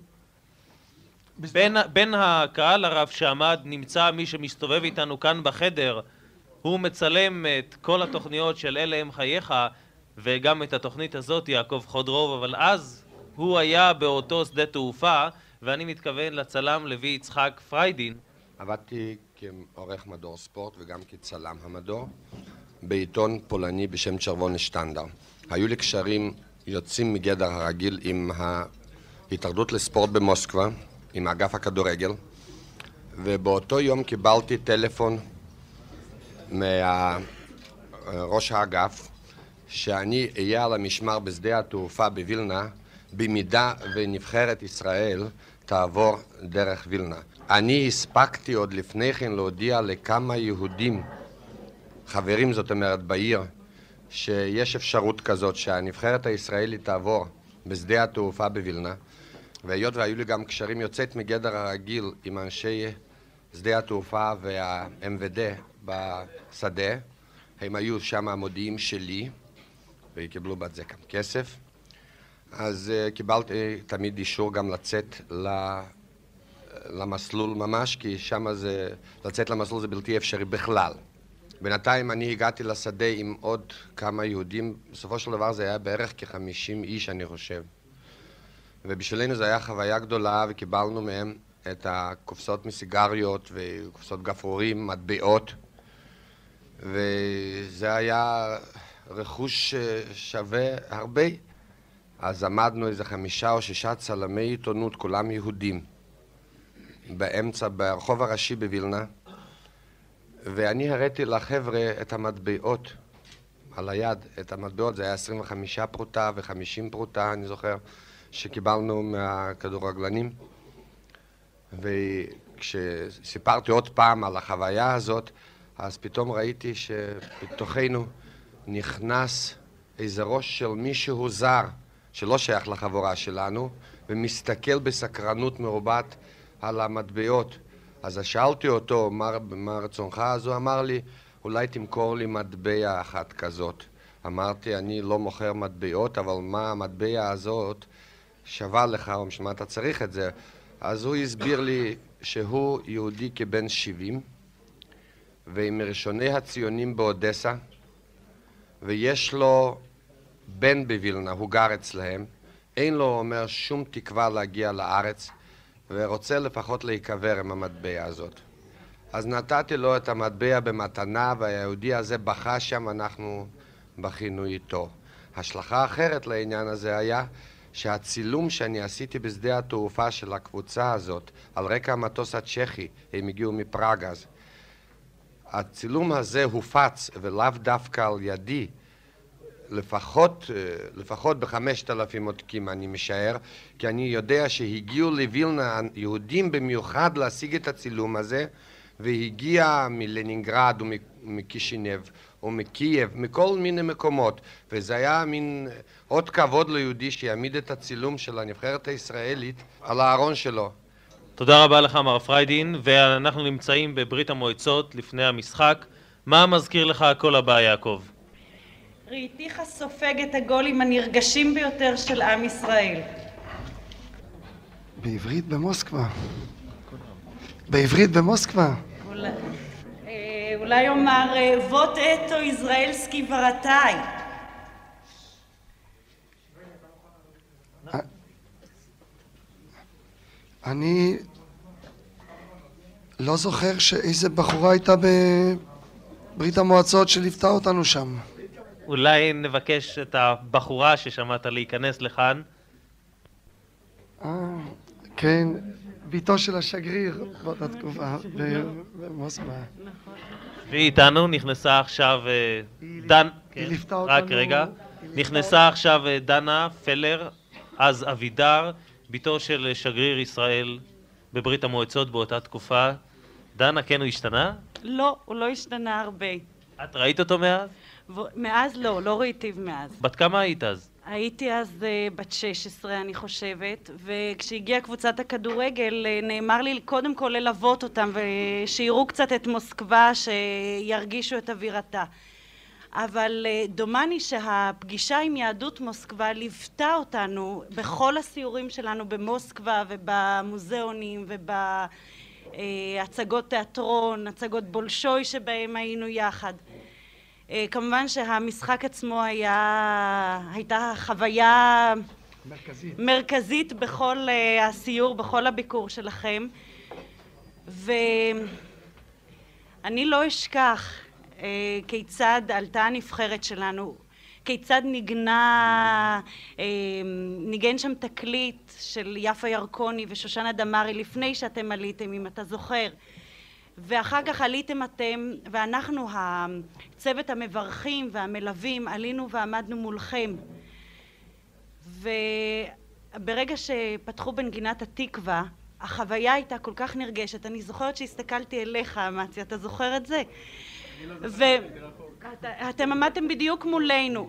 בין הקהל הרב שעמד נמצא מי שמסתובב איתנו כאן בחדר. הוא מצלם את כל התוכניות של אלה הם חייך, וגם את התוכנית הזאת, יעקב חודרוב, אבל אז הוא היה באותו שדה תעופה, ואני מתכוון לצלם לוי יצחק פריידין. עבדתי כעורך מדור ספורט וגם כצלם המדור בעיתון פולני בשם צ'רבוני שטנדר. היו לי קשרים יוצאים מגדר הרגיל עם ההתאחדות לספורט במוסקבה, עם אגף הכדורגל, ובאותו יום קיבלתי טלפון מראש האגף שאני אהיה על המשמר בשדה התעופה בווילנה במידה ונבחרת ישראל תעבור דרך וילנה. אני הספקתי עוד לפני כן להודיע לכמה יהודים, חברים זאת אומרת בעיר, שיש אפשרות כזאת שהנבחרת הישראלית תעבור בשדה התעופה בווילנה, והיות והיו לי גם קשרים יוצאת מגדר הרגיל עם אנשי שדה התעופה וה-MVD בשדה, הם היו שם המודיעים שלי וקיבלו בת זה גם כסף, אז קיבלתי תמיד אישור גם לצאת למסלול ממש, כי שם לצאת למסלול זה בלתי אפשרי בכלל. בינתיים אני הגעתי לשדה עם עוד כמה יהודים, בסופו של דבר זה היה בערך כ-50 איש אני חושב, ובשבילנו זה היה חוויה גדולה, וקיבלנו מהם את הקופסאות מסיגריות וקופסאות גפרורים, מטבעות, וזה היה רכוש שווה הרבה. אז עמדנו איזה 5 או 6 צלמי עיתונות, כולם יהודים, באמצע, ברחוב הראשי בווילנה, ואני הראיתי לחבר'ה את המטבעות על היד, את המטבעות, זה היה 25 פרוטה ו50 פרוטה, אני זוכר, שקיבלנו מהכדורגלנים. וכשסיפרתי עוד פעם על החוויה הזאת, אז פתאום ראיתי שבתוכנו נכנס איזה ראש של מישהו זר, שלא שייך לחבורה שלנו, ומסתכל בסקרנות מרובת על המטבעות. אז שאלתי אותו, מה רצונך? אז הוא אמר לי, אולי תמכור לי מטבע אחת כזאת. אמרתי, אני לא מוכר מטבעות, אבל מה המטבע הזאת שווה לך, או משמע אתה צריך את זה. אז הוא הסביר לי שהוא יהודי כבן 70, ומראשוני הציונים באודסה, ויש לו בן בווילנה, הוא גר אצלהם, אין לו, אומר, שום תקווה להגיע לארץ, ורוצה לפחות להיקבר עם המטבע הזאת. אז נתתי לו את המטבע במתנה, והיהודי הזה בכה שם, אנחנו בכינו איתו. השלכה אחרת לעניין הזה היה שהצילום שאני עשיתי בשדה התעופה של הקבוצה הזאת, על רקע המטוס הצ'כי, הם הגיעו מפראג אז, הצילום הזה הופץ, ולאו דווקא על ידי, לפחות ב5,000 עותקים אני משער, כי אני יודע שהגיעו לווילנה יהודים במיוחד להשיג את הצילום הזה, והגיע מלנינגרד ומקישינב ומקייב, מכל מיני מקומות, וזה היה מין עוד כבוד ליהודי שיעמיד את הצילום של הנבחרת הישראלית על הארון שלו. תודה רבה לך מר פריידין, ואנחנו נמצאים בברית המועצות לפני המשחק. מה מזכיר לך הכל הבא, יעקב? ראיתיך סופג את הגולים הנרגשים ביותר של עם ישראל. בעברית במוסקבה. בעברית במוסקבה. אולי אומר ווט אתו יזראלסקי ורתאי. אני לא זוכר שאיזה בחורה הייתה בברית המועצות שליוותה אותנו שם. אולי נבקש את הבחורה ששמעת להיכנס לכאן. כן, ביתו של השגריר באותה תקופה במוסקבה. והיא איתנו, נכנסה עכשיו נכנסה עכשיו דנה פלר, אז אבידר, ביתו של שגריר ישראל בברית המועצות באותה תקופה. דנה, כן, הוא השתנה? לא, הוא לא השתנה הרבה. את ראית אותו מאז? מאז לא ראיתיו מאז. בת כמה היית אז? הייתי אז בת 16 אני חושבת, וכשהגיעה קבוצת הכדורגל נאמר לי קודם כל ללוות אותם ושיראו קצת את מוסקבה, שירגישו את אווירתה. אבל דומני שהפגישה עם יהדות מוסקבה ליוותה אותנו בכל הסיורים שלנו במוסקבה ובמוזיאונים ובהצגות תיאטרון, הצגות בולשוי שבהם היינו יחד. כמובן שהמשחק עצמו הייתה חוויה מרכזית בכל הסיור, בכל הביקור שלכם, ואני לא אשכח כיצד עלתה הנבחרת שלנו, כיצד ניגן שם תקליט של יפה ירקוני ושושנה דמארי לפני שאתם עליתם, אם אתה זוכר, ואחר כך עליתם אתם, ואנחנו הצוות המברכים והמלווים עלינו ועמדנו מולכם, וברגע שפתחו בנגינת התקווה החוויה הייתה כל כך נרגשת. אני זוכרת שהסתכלתי אליך, מצי, אתה זוכר את זה? ואתם עמדתם בדיוק מולנו,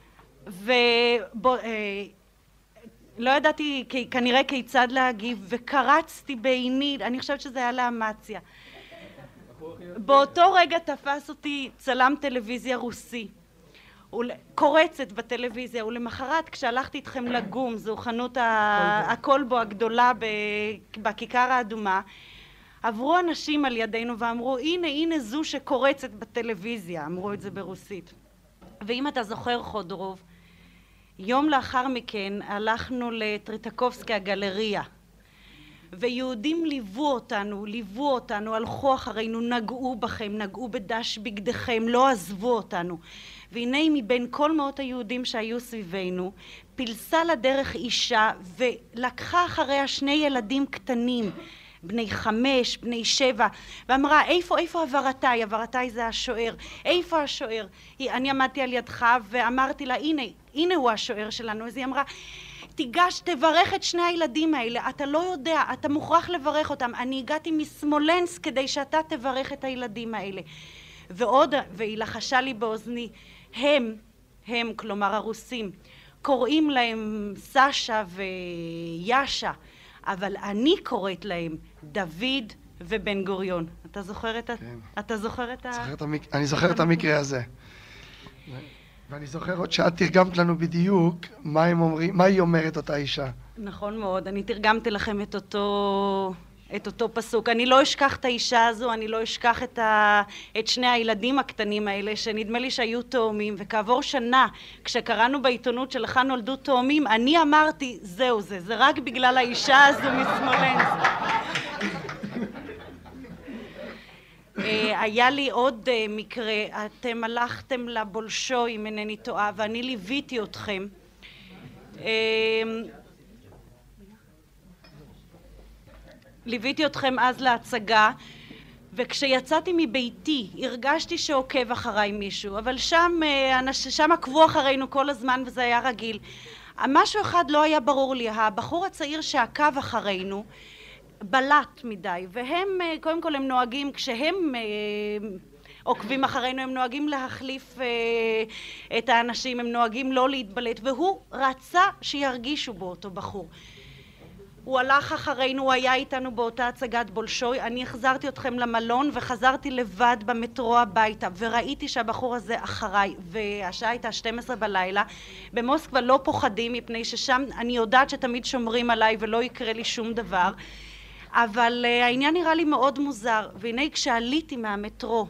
לא ידעתי כנראה כיצד להגיב, וקרצתי בעיני, אני חושבת שזה היה לאמציה. באותו רגע תפס אותי צלם טלוויזיה רוסי, קורצת בטלוויזיה, ולמחרת כשהלכתי איתכם לגום, זו חנות הקולבו הגדולה בכיכר האדומה, עברו אנשים על ידינו ואמרו, הנה זו שקורצת בטלוויזיה, אמרו את זה ברוסית. ואם אתה זוכר חודרוב, יום לאחר מכן הלכנו לטריטקובסקי הגלריה, ויהודים ליוו אותנו, הלכו אחרינו, נגעו בכם, נגעו בדש בגדיכם, לא עזבו אותנו. והנה מבין כל מאות היהודים שהיו סביבנו, פילסה לדרך אישה ולקחה אחריה שני ילדים קטנים, בני 5, בני 7, ואמרה, איפה עברתאי? עברתאי זה השוער. איפה השוער? אני עמדתי על ידך ואמרתי לה, הנה הוא השוער שלנו. אז היא אמרה, תיגש, תברך את שני הילדים האלה, אתה לא יודע, אתה מוכרח לברך אותם. אני הגעתי מסמולנסק כדי שאתה תברך את הילדים האלה. והיא לחשה לי באוזני, הם, כלומר הרוסים, קוראים להם סשה ויאשה, אבל אני קוראת להם דוד ובן גוריון. אתה זוכר את אני זוכר את המקרה הזה. ואני זוכר עוד שאת תרגמת לנו בדיוק מה היא אומרת אותה אישה. נכון מאוד, אני תרגמתי לכם את אותו את אותו פסוק. אני לא אשכח את האישה הזו, אני לא אשכח את שני הילדים הקטנים האלה, שנדמה לי שהיו תאומים, וכעבור שנה, כשקראנו בעיתונות שלך נולדו תאומים, אני אמרתי, זהו זה רק בגלל האישה הזו מסמולנסק. היה לי עוד מקרה, אתם הלכתם לבולשוי, אם אינני טועה, ואני ליוויתי אתכם. ליוויתי אתכם אז להצגה, וכשיצאתי מביתי הרגשתי שעוקב אחריי מישהו, אבל שם עקבו אחרינו כל הזמן וזה היה רגיל. משהו אחד לא היה ברור לי, הבחור הצעיר שעקב אחרינו בלט מדי, והם קודם כל הם נוהגים, כשהם עוקבים אחרינו הם נוהגים להחליף את האנשים, הם נוהגים לא להתבלט, והוא רצה שירגישו בו אותו בחור. הוא הלך אחרינו, הוא היה איתנו באותה הצגת בולשוי, אני החזרתי אתכם למלון וחזרתי לבד במטרו הביתה וראיתי שהבחור הזה אחריי, והשעה הייתה 12 בלילה. במוסקבה לא פוחדים מפני ששם אני יודעת שתמיד שומרים עליי ולא יקרה לי שום דבר, אבל העניין נראה לי מאוד מוזר. והנה כשעליתי מהמטרו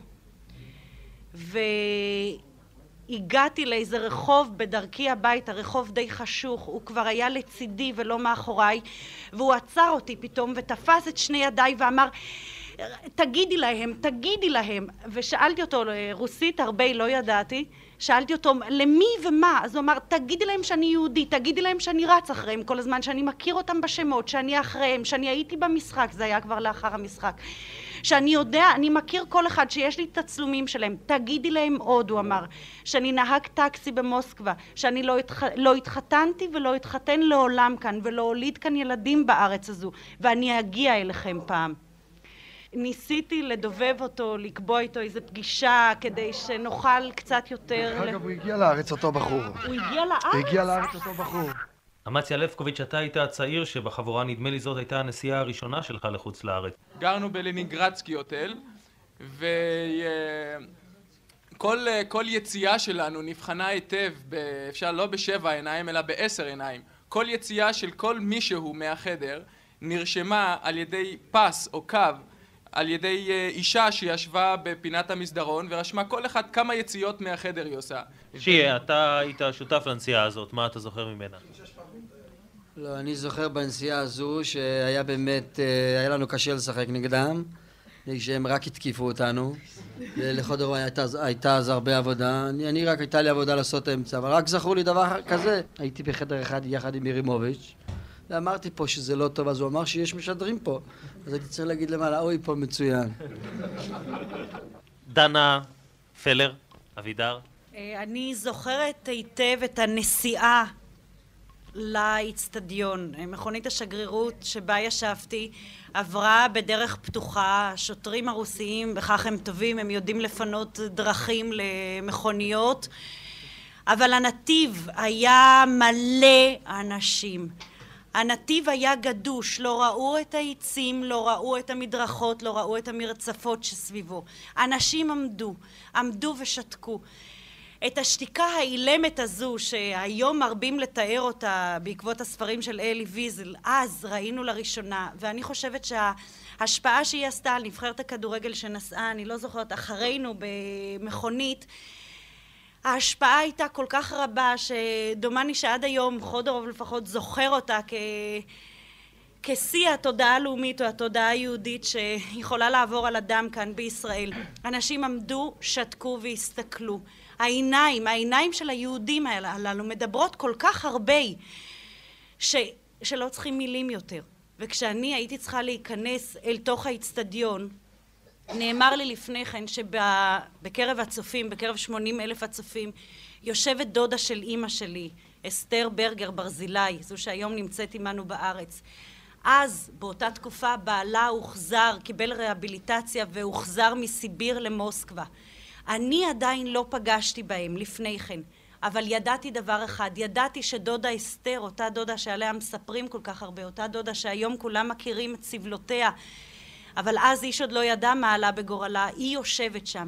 הגעתי לאיזה רחוב בדרכי הביתה, רחוב די חשוך, הוא כבר היה לצידי ולא מאחוריי, והוא עצר אותי פתאום ותפס את שני ידיי ואמר, תגידי להם, ושאלתי אותו, רוסית הרבה לא ידעתי, שאלתי אותו למי ומה, אז הוא אמר, תגידי להם שאני יהודי, תגידי להם שאני רץ אחריהם כל הזמן, שאני מכיר אותם בשמות, שאני אחריהם, שאני הייתי במשחק, זה היה כבר לאחר המשחק, שאני יודע, אני מכיר כל אחד, שיש לי תצלומים שלהם, תגידי להם עוד, הוא אמר, שאני נהג טקסי במוסקבה, שאני לא התחתנתי ולא התחתן לעולם כאן, ולא הוליד כאן ילדים בארץ הזו, ואני אגיע אליכם פעם. ניסיתי לדובב אותו, לקבוע איתו איזו פגישה, כדי שנוכל קצת יותר... אגב, הוא הגיע לארץ אותו בחור. הוא הגיע לארץ? הוא הגיע לארץ אותו בחור. אמציה לבקוביץ', אתה היית הצעיר שבחבורה, נדמה לי זאת הייתה הנסיעה הראשונה שלך לחוץ לארץ. גרנו בלנינגרדסקי הוטל, וכל יציאה שלנו נבחנה היטב, אפשר לא ב7 עיניים, אלא ב10 עיניים. כל יציאה של כל מישהו מהחדר נרשמה על ידי פס או קו, על ידי אישה שישבה בפינת המסדרון ורשמה כל אחד כמה יציאות מהחדר היא עושה. שיה, אתה היית שותף לנסיעה הזאת, מה אתה זוכר ממנה? לא, אני זוכר בנסיעה הזו שהיה באמת, היה לנו קשה לשחק נגדם, שהם רק התקיפו אותנו, ולחודרו הייתה אז הרבה עבודה, אני רק הייתה לי עבודה לעשות אמצע, אבל רק זכרו לי דבר כזה, הייתי בחדר אחד יחד עם מירימוביץ', ואמרתי פה שזה לא טוב, אז הוא אמר שיש משדרים פה. אז הייתי צריך להגיד למעלה, אוי, פה מצוין. דנה פלר, אבידר. אני זוכרת היטב את הנסיעה לאצטדיון. מכונית השגרירות שבה ישבתי עברה בדרך פתוחה. השוטרים הרוסיים, בכך הם טובים, הם יודעים לפנות דרכים למכוניות. אבל הנתיב היה מלא אנשים. הנתיב היה גדוש, לא ראו את העצים, לא ראו את המדרכות, לא ראו את המרצפות שסביבו. אנשים עמדו ושתקו. את השתיקה האילמת הזו, שהיום מרבים לתאר אותה בעקבות הספרים של אלי ויזל, אז ראינו לראשונה, ואני חושבת שההשפעה שהיא עשתה על נבחרת הכדורגל שנסעה, אני לא זוכרת, אחרינו במכונית, ההשפעה הייתה כל כך רבה שדומני שעד היום חודורוב לפחות זוכר אותה כשיא התודעה הלאומית או התודעה היהודית שיכולה לעבור על אדם כאן בישראל. אנשים עמדו, שתקו והסתכלו. העיניים של היהודים הללו מדברות כל כך הרבה שלא צריכים מילים יותר. וכשאני הייתי צריכה להיכנס אל תוך האצטדיון, נאמר לי לפני כן שבקרב הצופים, בקרב 80,000 הצופים, יושבת דודה של אימא שלי, אסתר ברגר ברזילי, זו שהיום נמצאת עמנו בארץ. אז באותה תקופה בעלה הוחזר, קיבל רהביליטציה והוחזר מסיביר למוסקבה. אני עדיין לא פגשתי בהם לפני כן, אבל ידעתי דבר אחד, ידעתי שדודה אסתר, אותה דודה שעליה מספרים כל כך הרבה, אותה דודה שהיום כולם מכירים את סבלותיה, אבל אז איש עוד לא ידע מה עלה בגורלה, היא יושבת שם.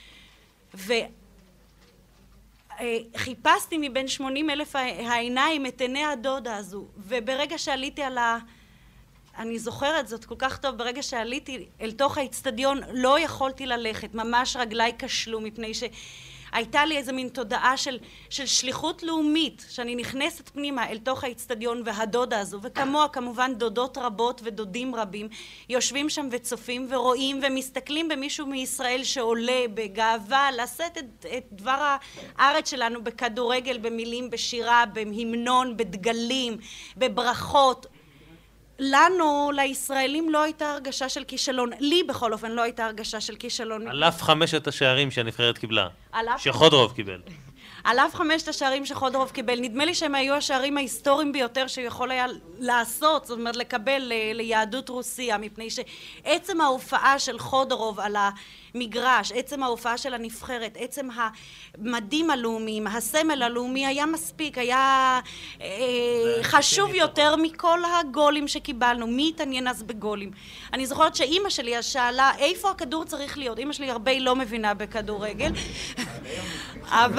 וחיפשתי מבין 80,000 העיניים את עיני הדודה הזו, וברגע שעליתי אני זוכרת זאת כל כך טוב, ברגע שעליתי אל תוך האצטדיון לא יכולתי ללכת, ממש רגליי כשלו, מפני שהייתה לי איזה מין תודעה של שליחות לאומית, שאני נכנסת פנימה אל תוך האצטדיון, והדודה הזו, וכמוה כמובן דודות רבות ודודים רבים, יושבים שם וצופים ורואים ומסתכלים במישהו מישראל שעולה בגאווה לשאת את דבר הארץ שלנו בכדורגל, במילים, בשירה, בהמנון, בדגלים, בברכות. לנו, לישראלים, לא הייתה הרגשה של כישלון. לי בכל אופן לא הייתה הרגשה של כישלון. על אף 5 השערים שהנבחרת קיבלה. שחודרוב קיבל. על אף 5 השערים שחודרוב קיבל. נדמה לי שהם היו השערים ההיסטוריים ביותר שיכול היה לעשות, זאת אומרת לקבל ליהדות רוסיה, מפני שעצם ההופעה של חודרוב על המגרש, עצם ההופעה של הנבחרת, עצם המדים הלאומיים, הסמל הלאומי היה מספיק, היה חשוב יותר מכל הגולים שקיבלנו. מי התעניין אז בגולים? אני זוכרת שאימא שלי שאלה איפה הכדור צריך להיות. אימא שלי הרבה לא מבינה בכדורגל, אבל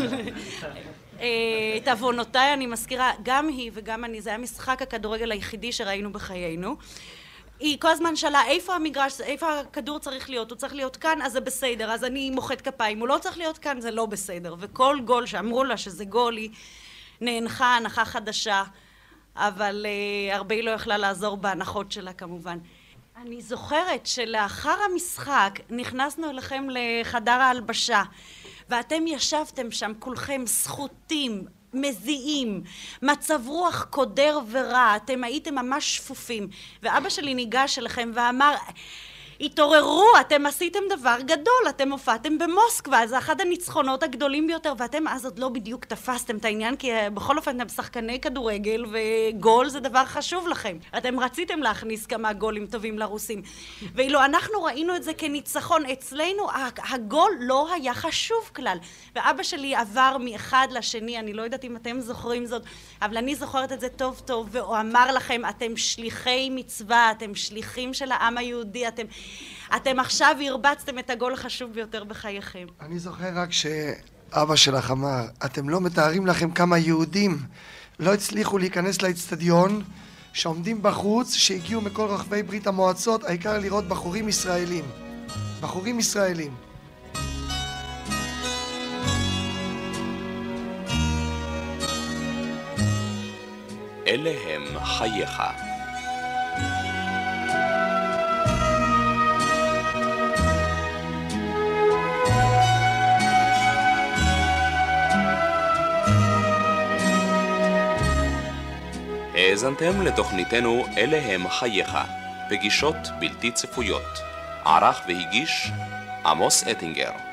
את עוונותיי אני מזכירה, גם היא וגם אני, זה היה משחק הכדורגל היחידי שראינו בחיינו. היא כל הזמן שאלה איפה המגרש, איפה הכדור צריך להיות, הוא צריך להיות כאן, אז זה בסדר, אז אני מוחאת כפיים, הוא לא צריך להיות כאן, זה לא בסדר. וכל גול שאמרו לה שזה גול, היא נאנחה הנחה חדשה, אבל הרבה היא לא יכלה לעזור בהנחות שלה כמובן. אני זוכרת שלאחר המשחק נכנסנו אליכם לחדר ההלבשה, ואתם ישבתם שם כולכם סחוטים, מזיעים, מצב רוח קודר ורע, אתם הייתם ממש שפופים, ואבא שלי ניגש אליכם ואמר, התעוררו, אתם עשיתם דבר גדול, אתם הופעתם במוסקבה, זה אחד הניצחונות הגדולים ביותר, ואתם אז עוד לא בדיוק תפסתם את העניין, כי בכל אופן אתם שחקני כדורגל, וגול זה דבר חשוב לכם. אתם רציתם להכניס כמה גולים טובים לרוסים. ואילו אנחנו ראינו את זה כניצחון, אצלנו הגול לא היה חשוב כלל. ואבא שלי עבר מאחד לשני, אני לא יודעת אם אתם זוכרים זאת, אבל אני זוכרת את זה טוב טוב, והוא אמר לכם, אתם שליחי מצווה, אתם שליחים של העם היהודי, אתם עכשיו הרבצתם את הגול החשוב ביותר בחייכם. אני זוכר רק שאבא שלך אמר, אתם לא מתארים לכם כמה יהודים לא הצליחו להיכנס לאצטדיון, שעומדים בחוץ, שהגיעו מכל רחבי ברית המועצות, העיקר לראות בחורים ישראלים. בחורים ישראלים. אלה הם חייך. האזנתם לתוכניתנו אלה הם חייך, פגישות בלתי צפויות. ערך והגיש עמוס אטינגר.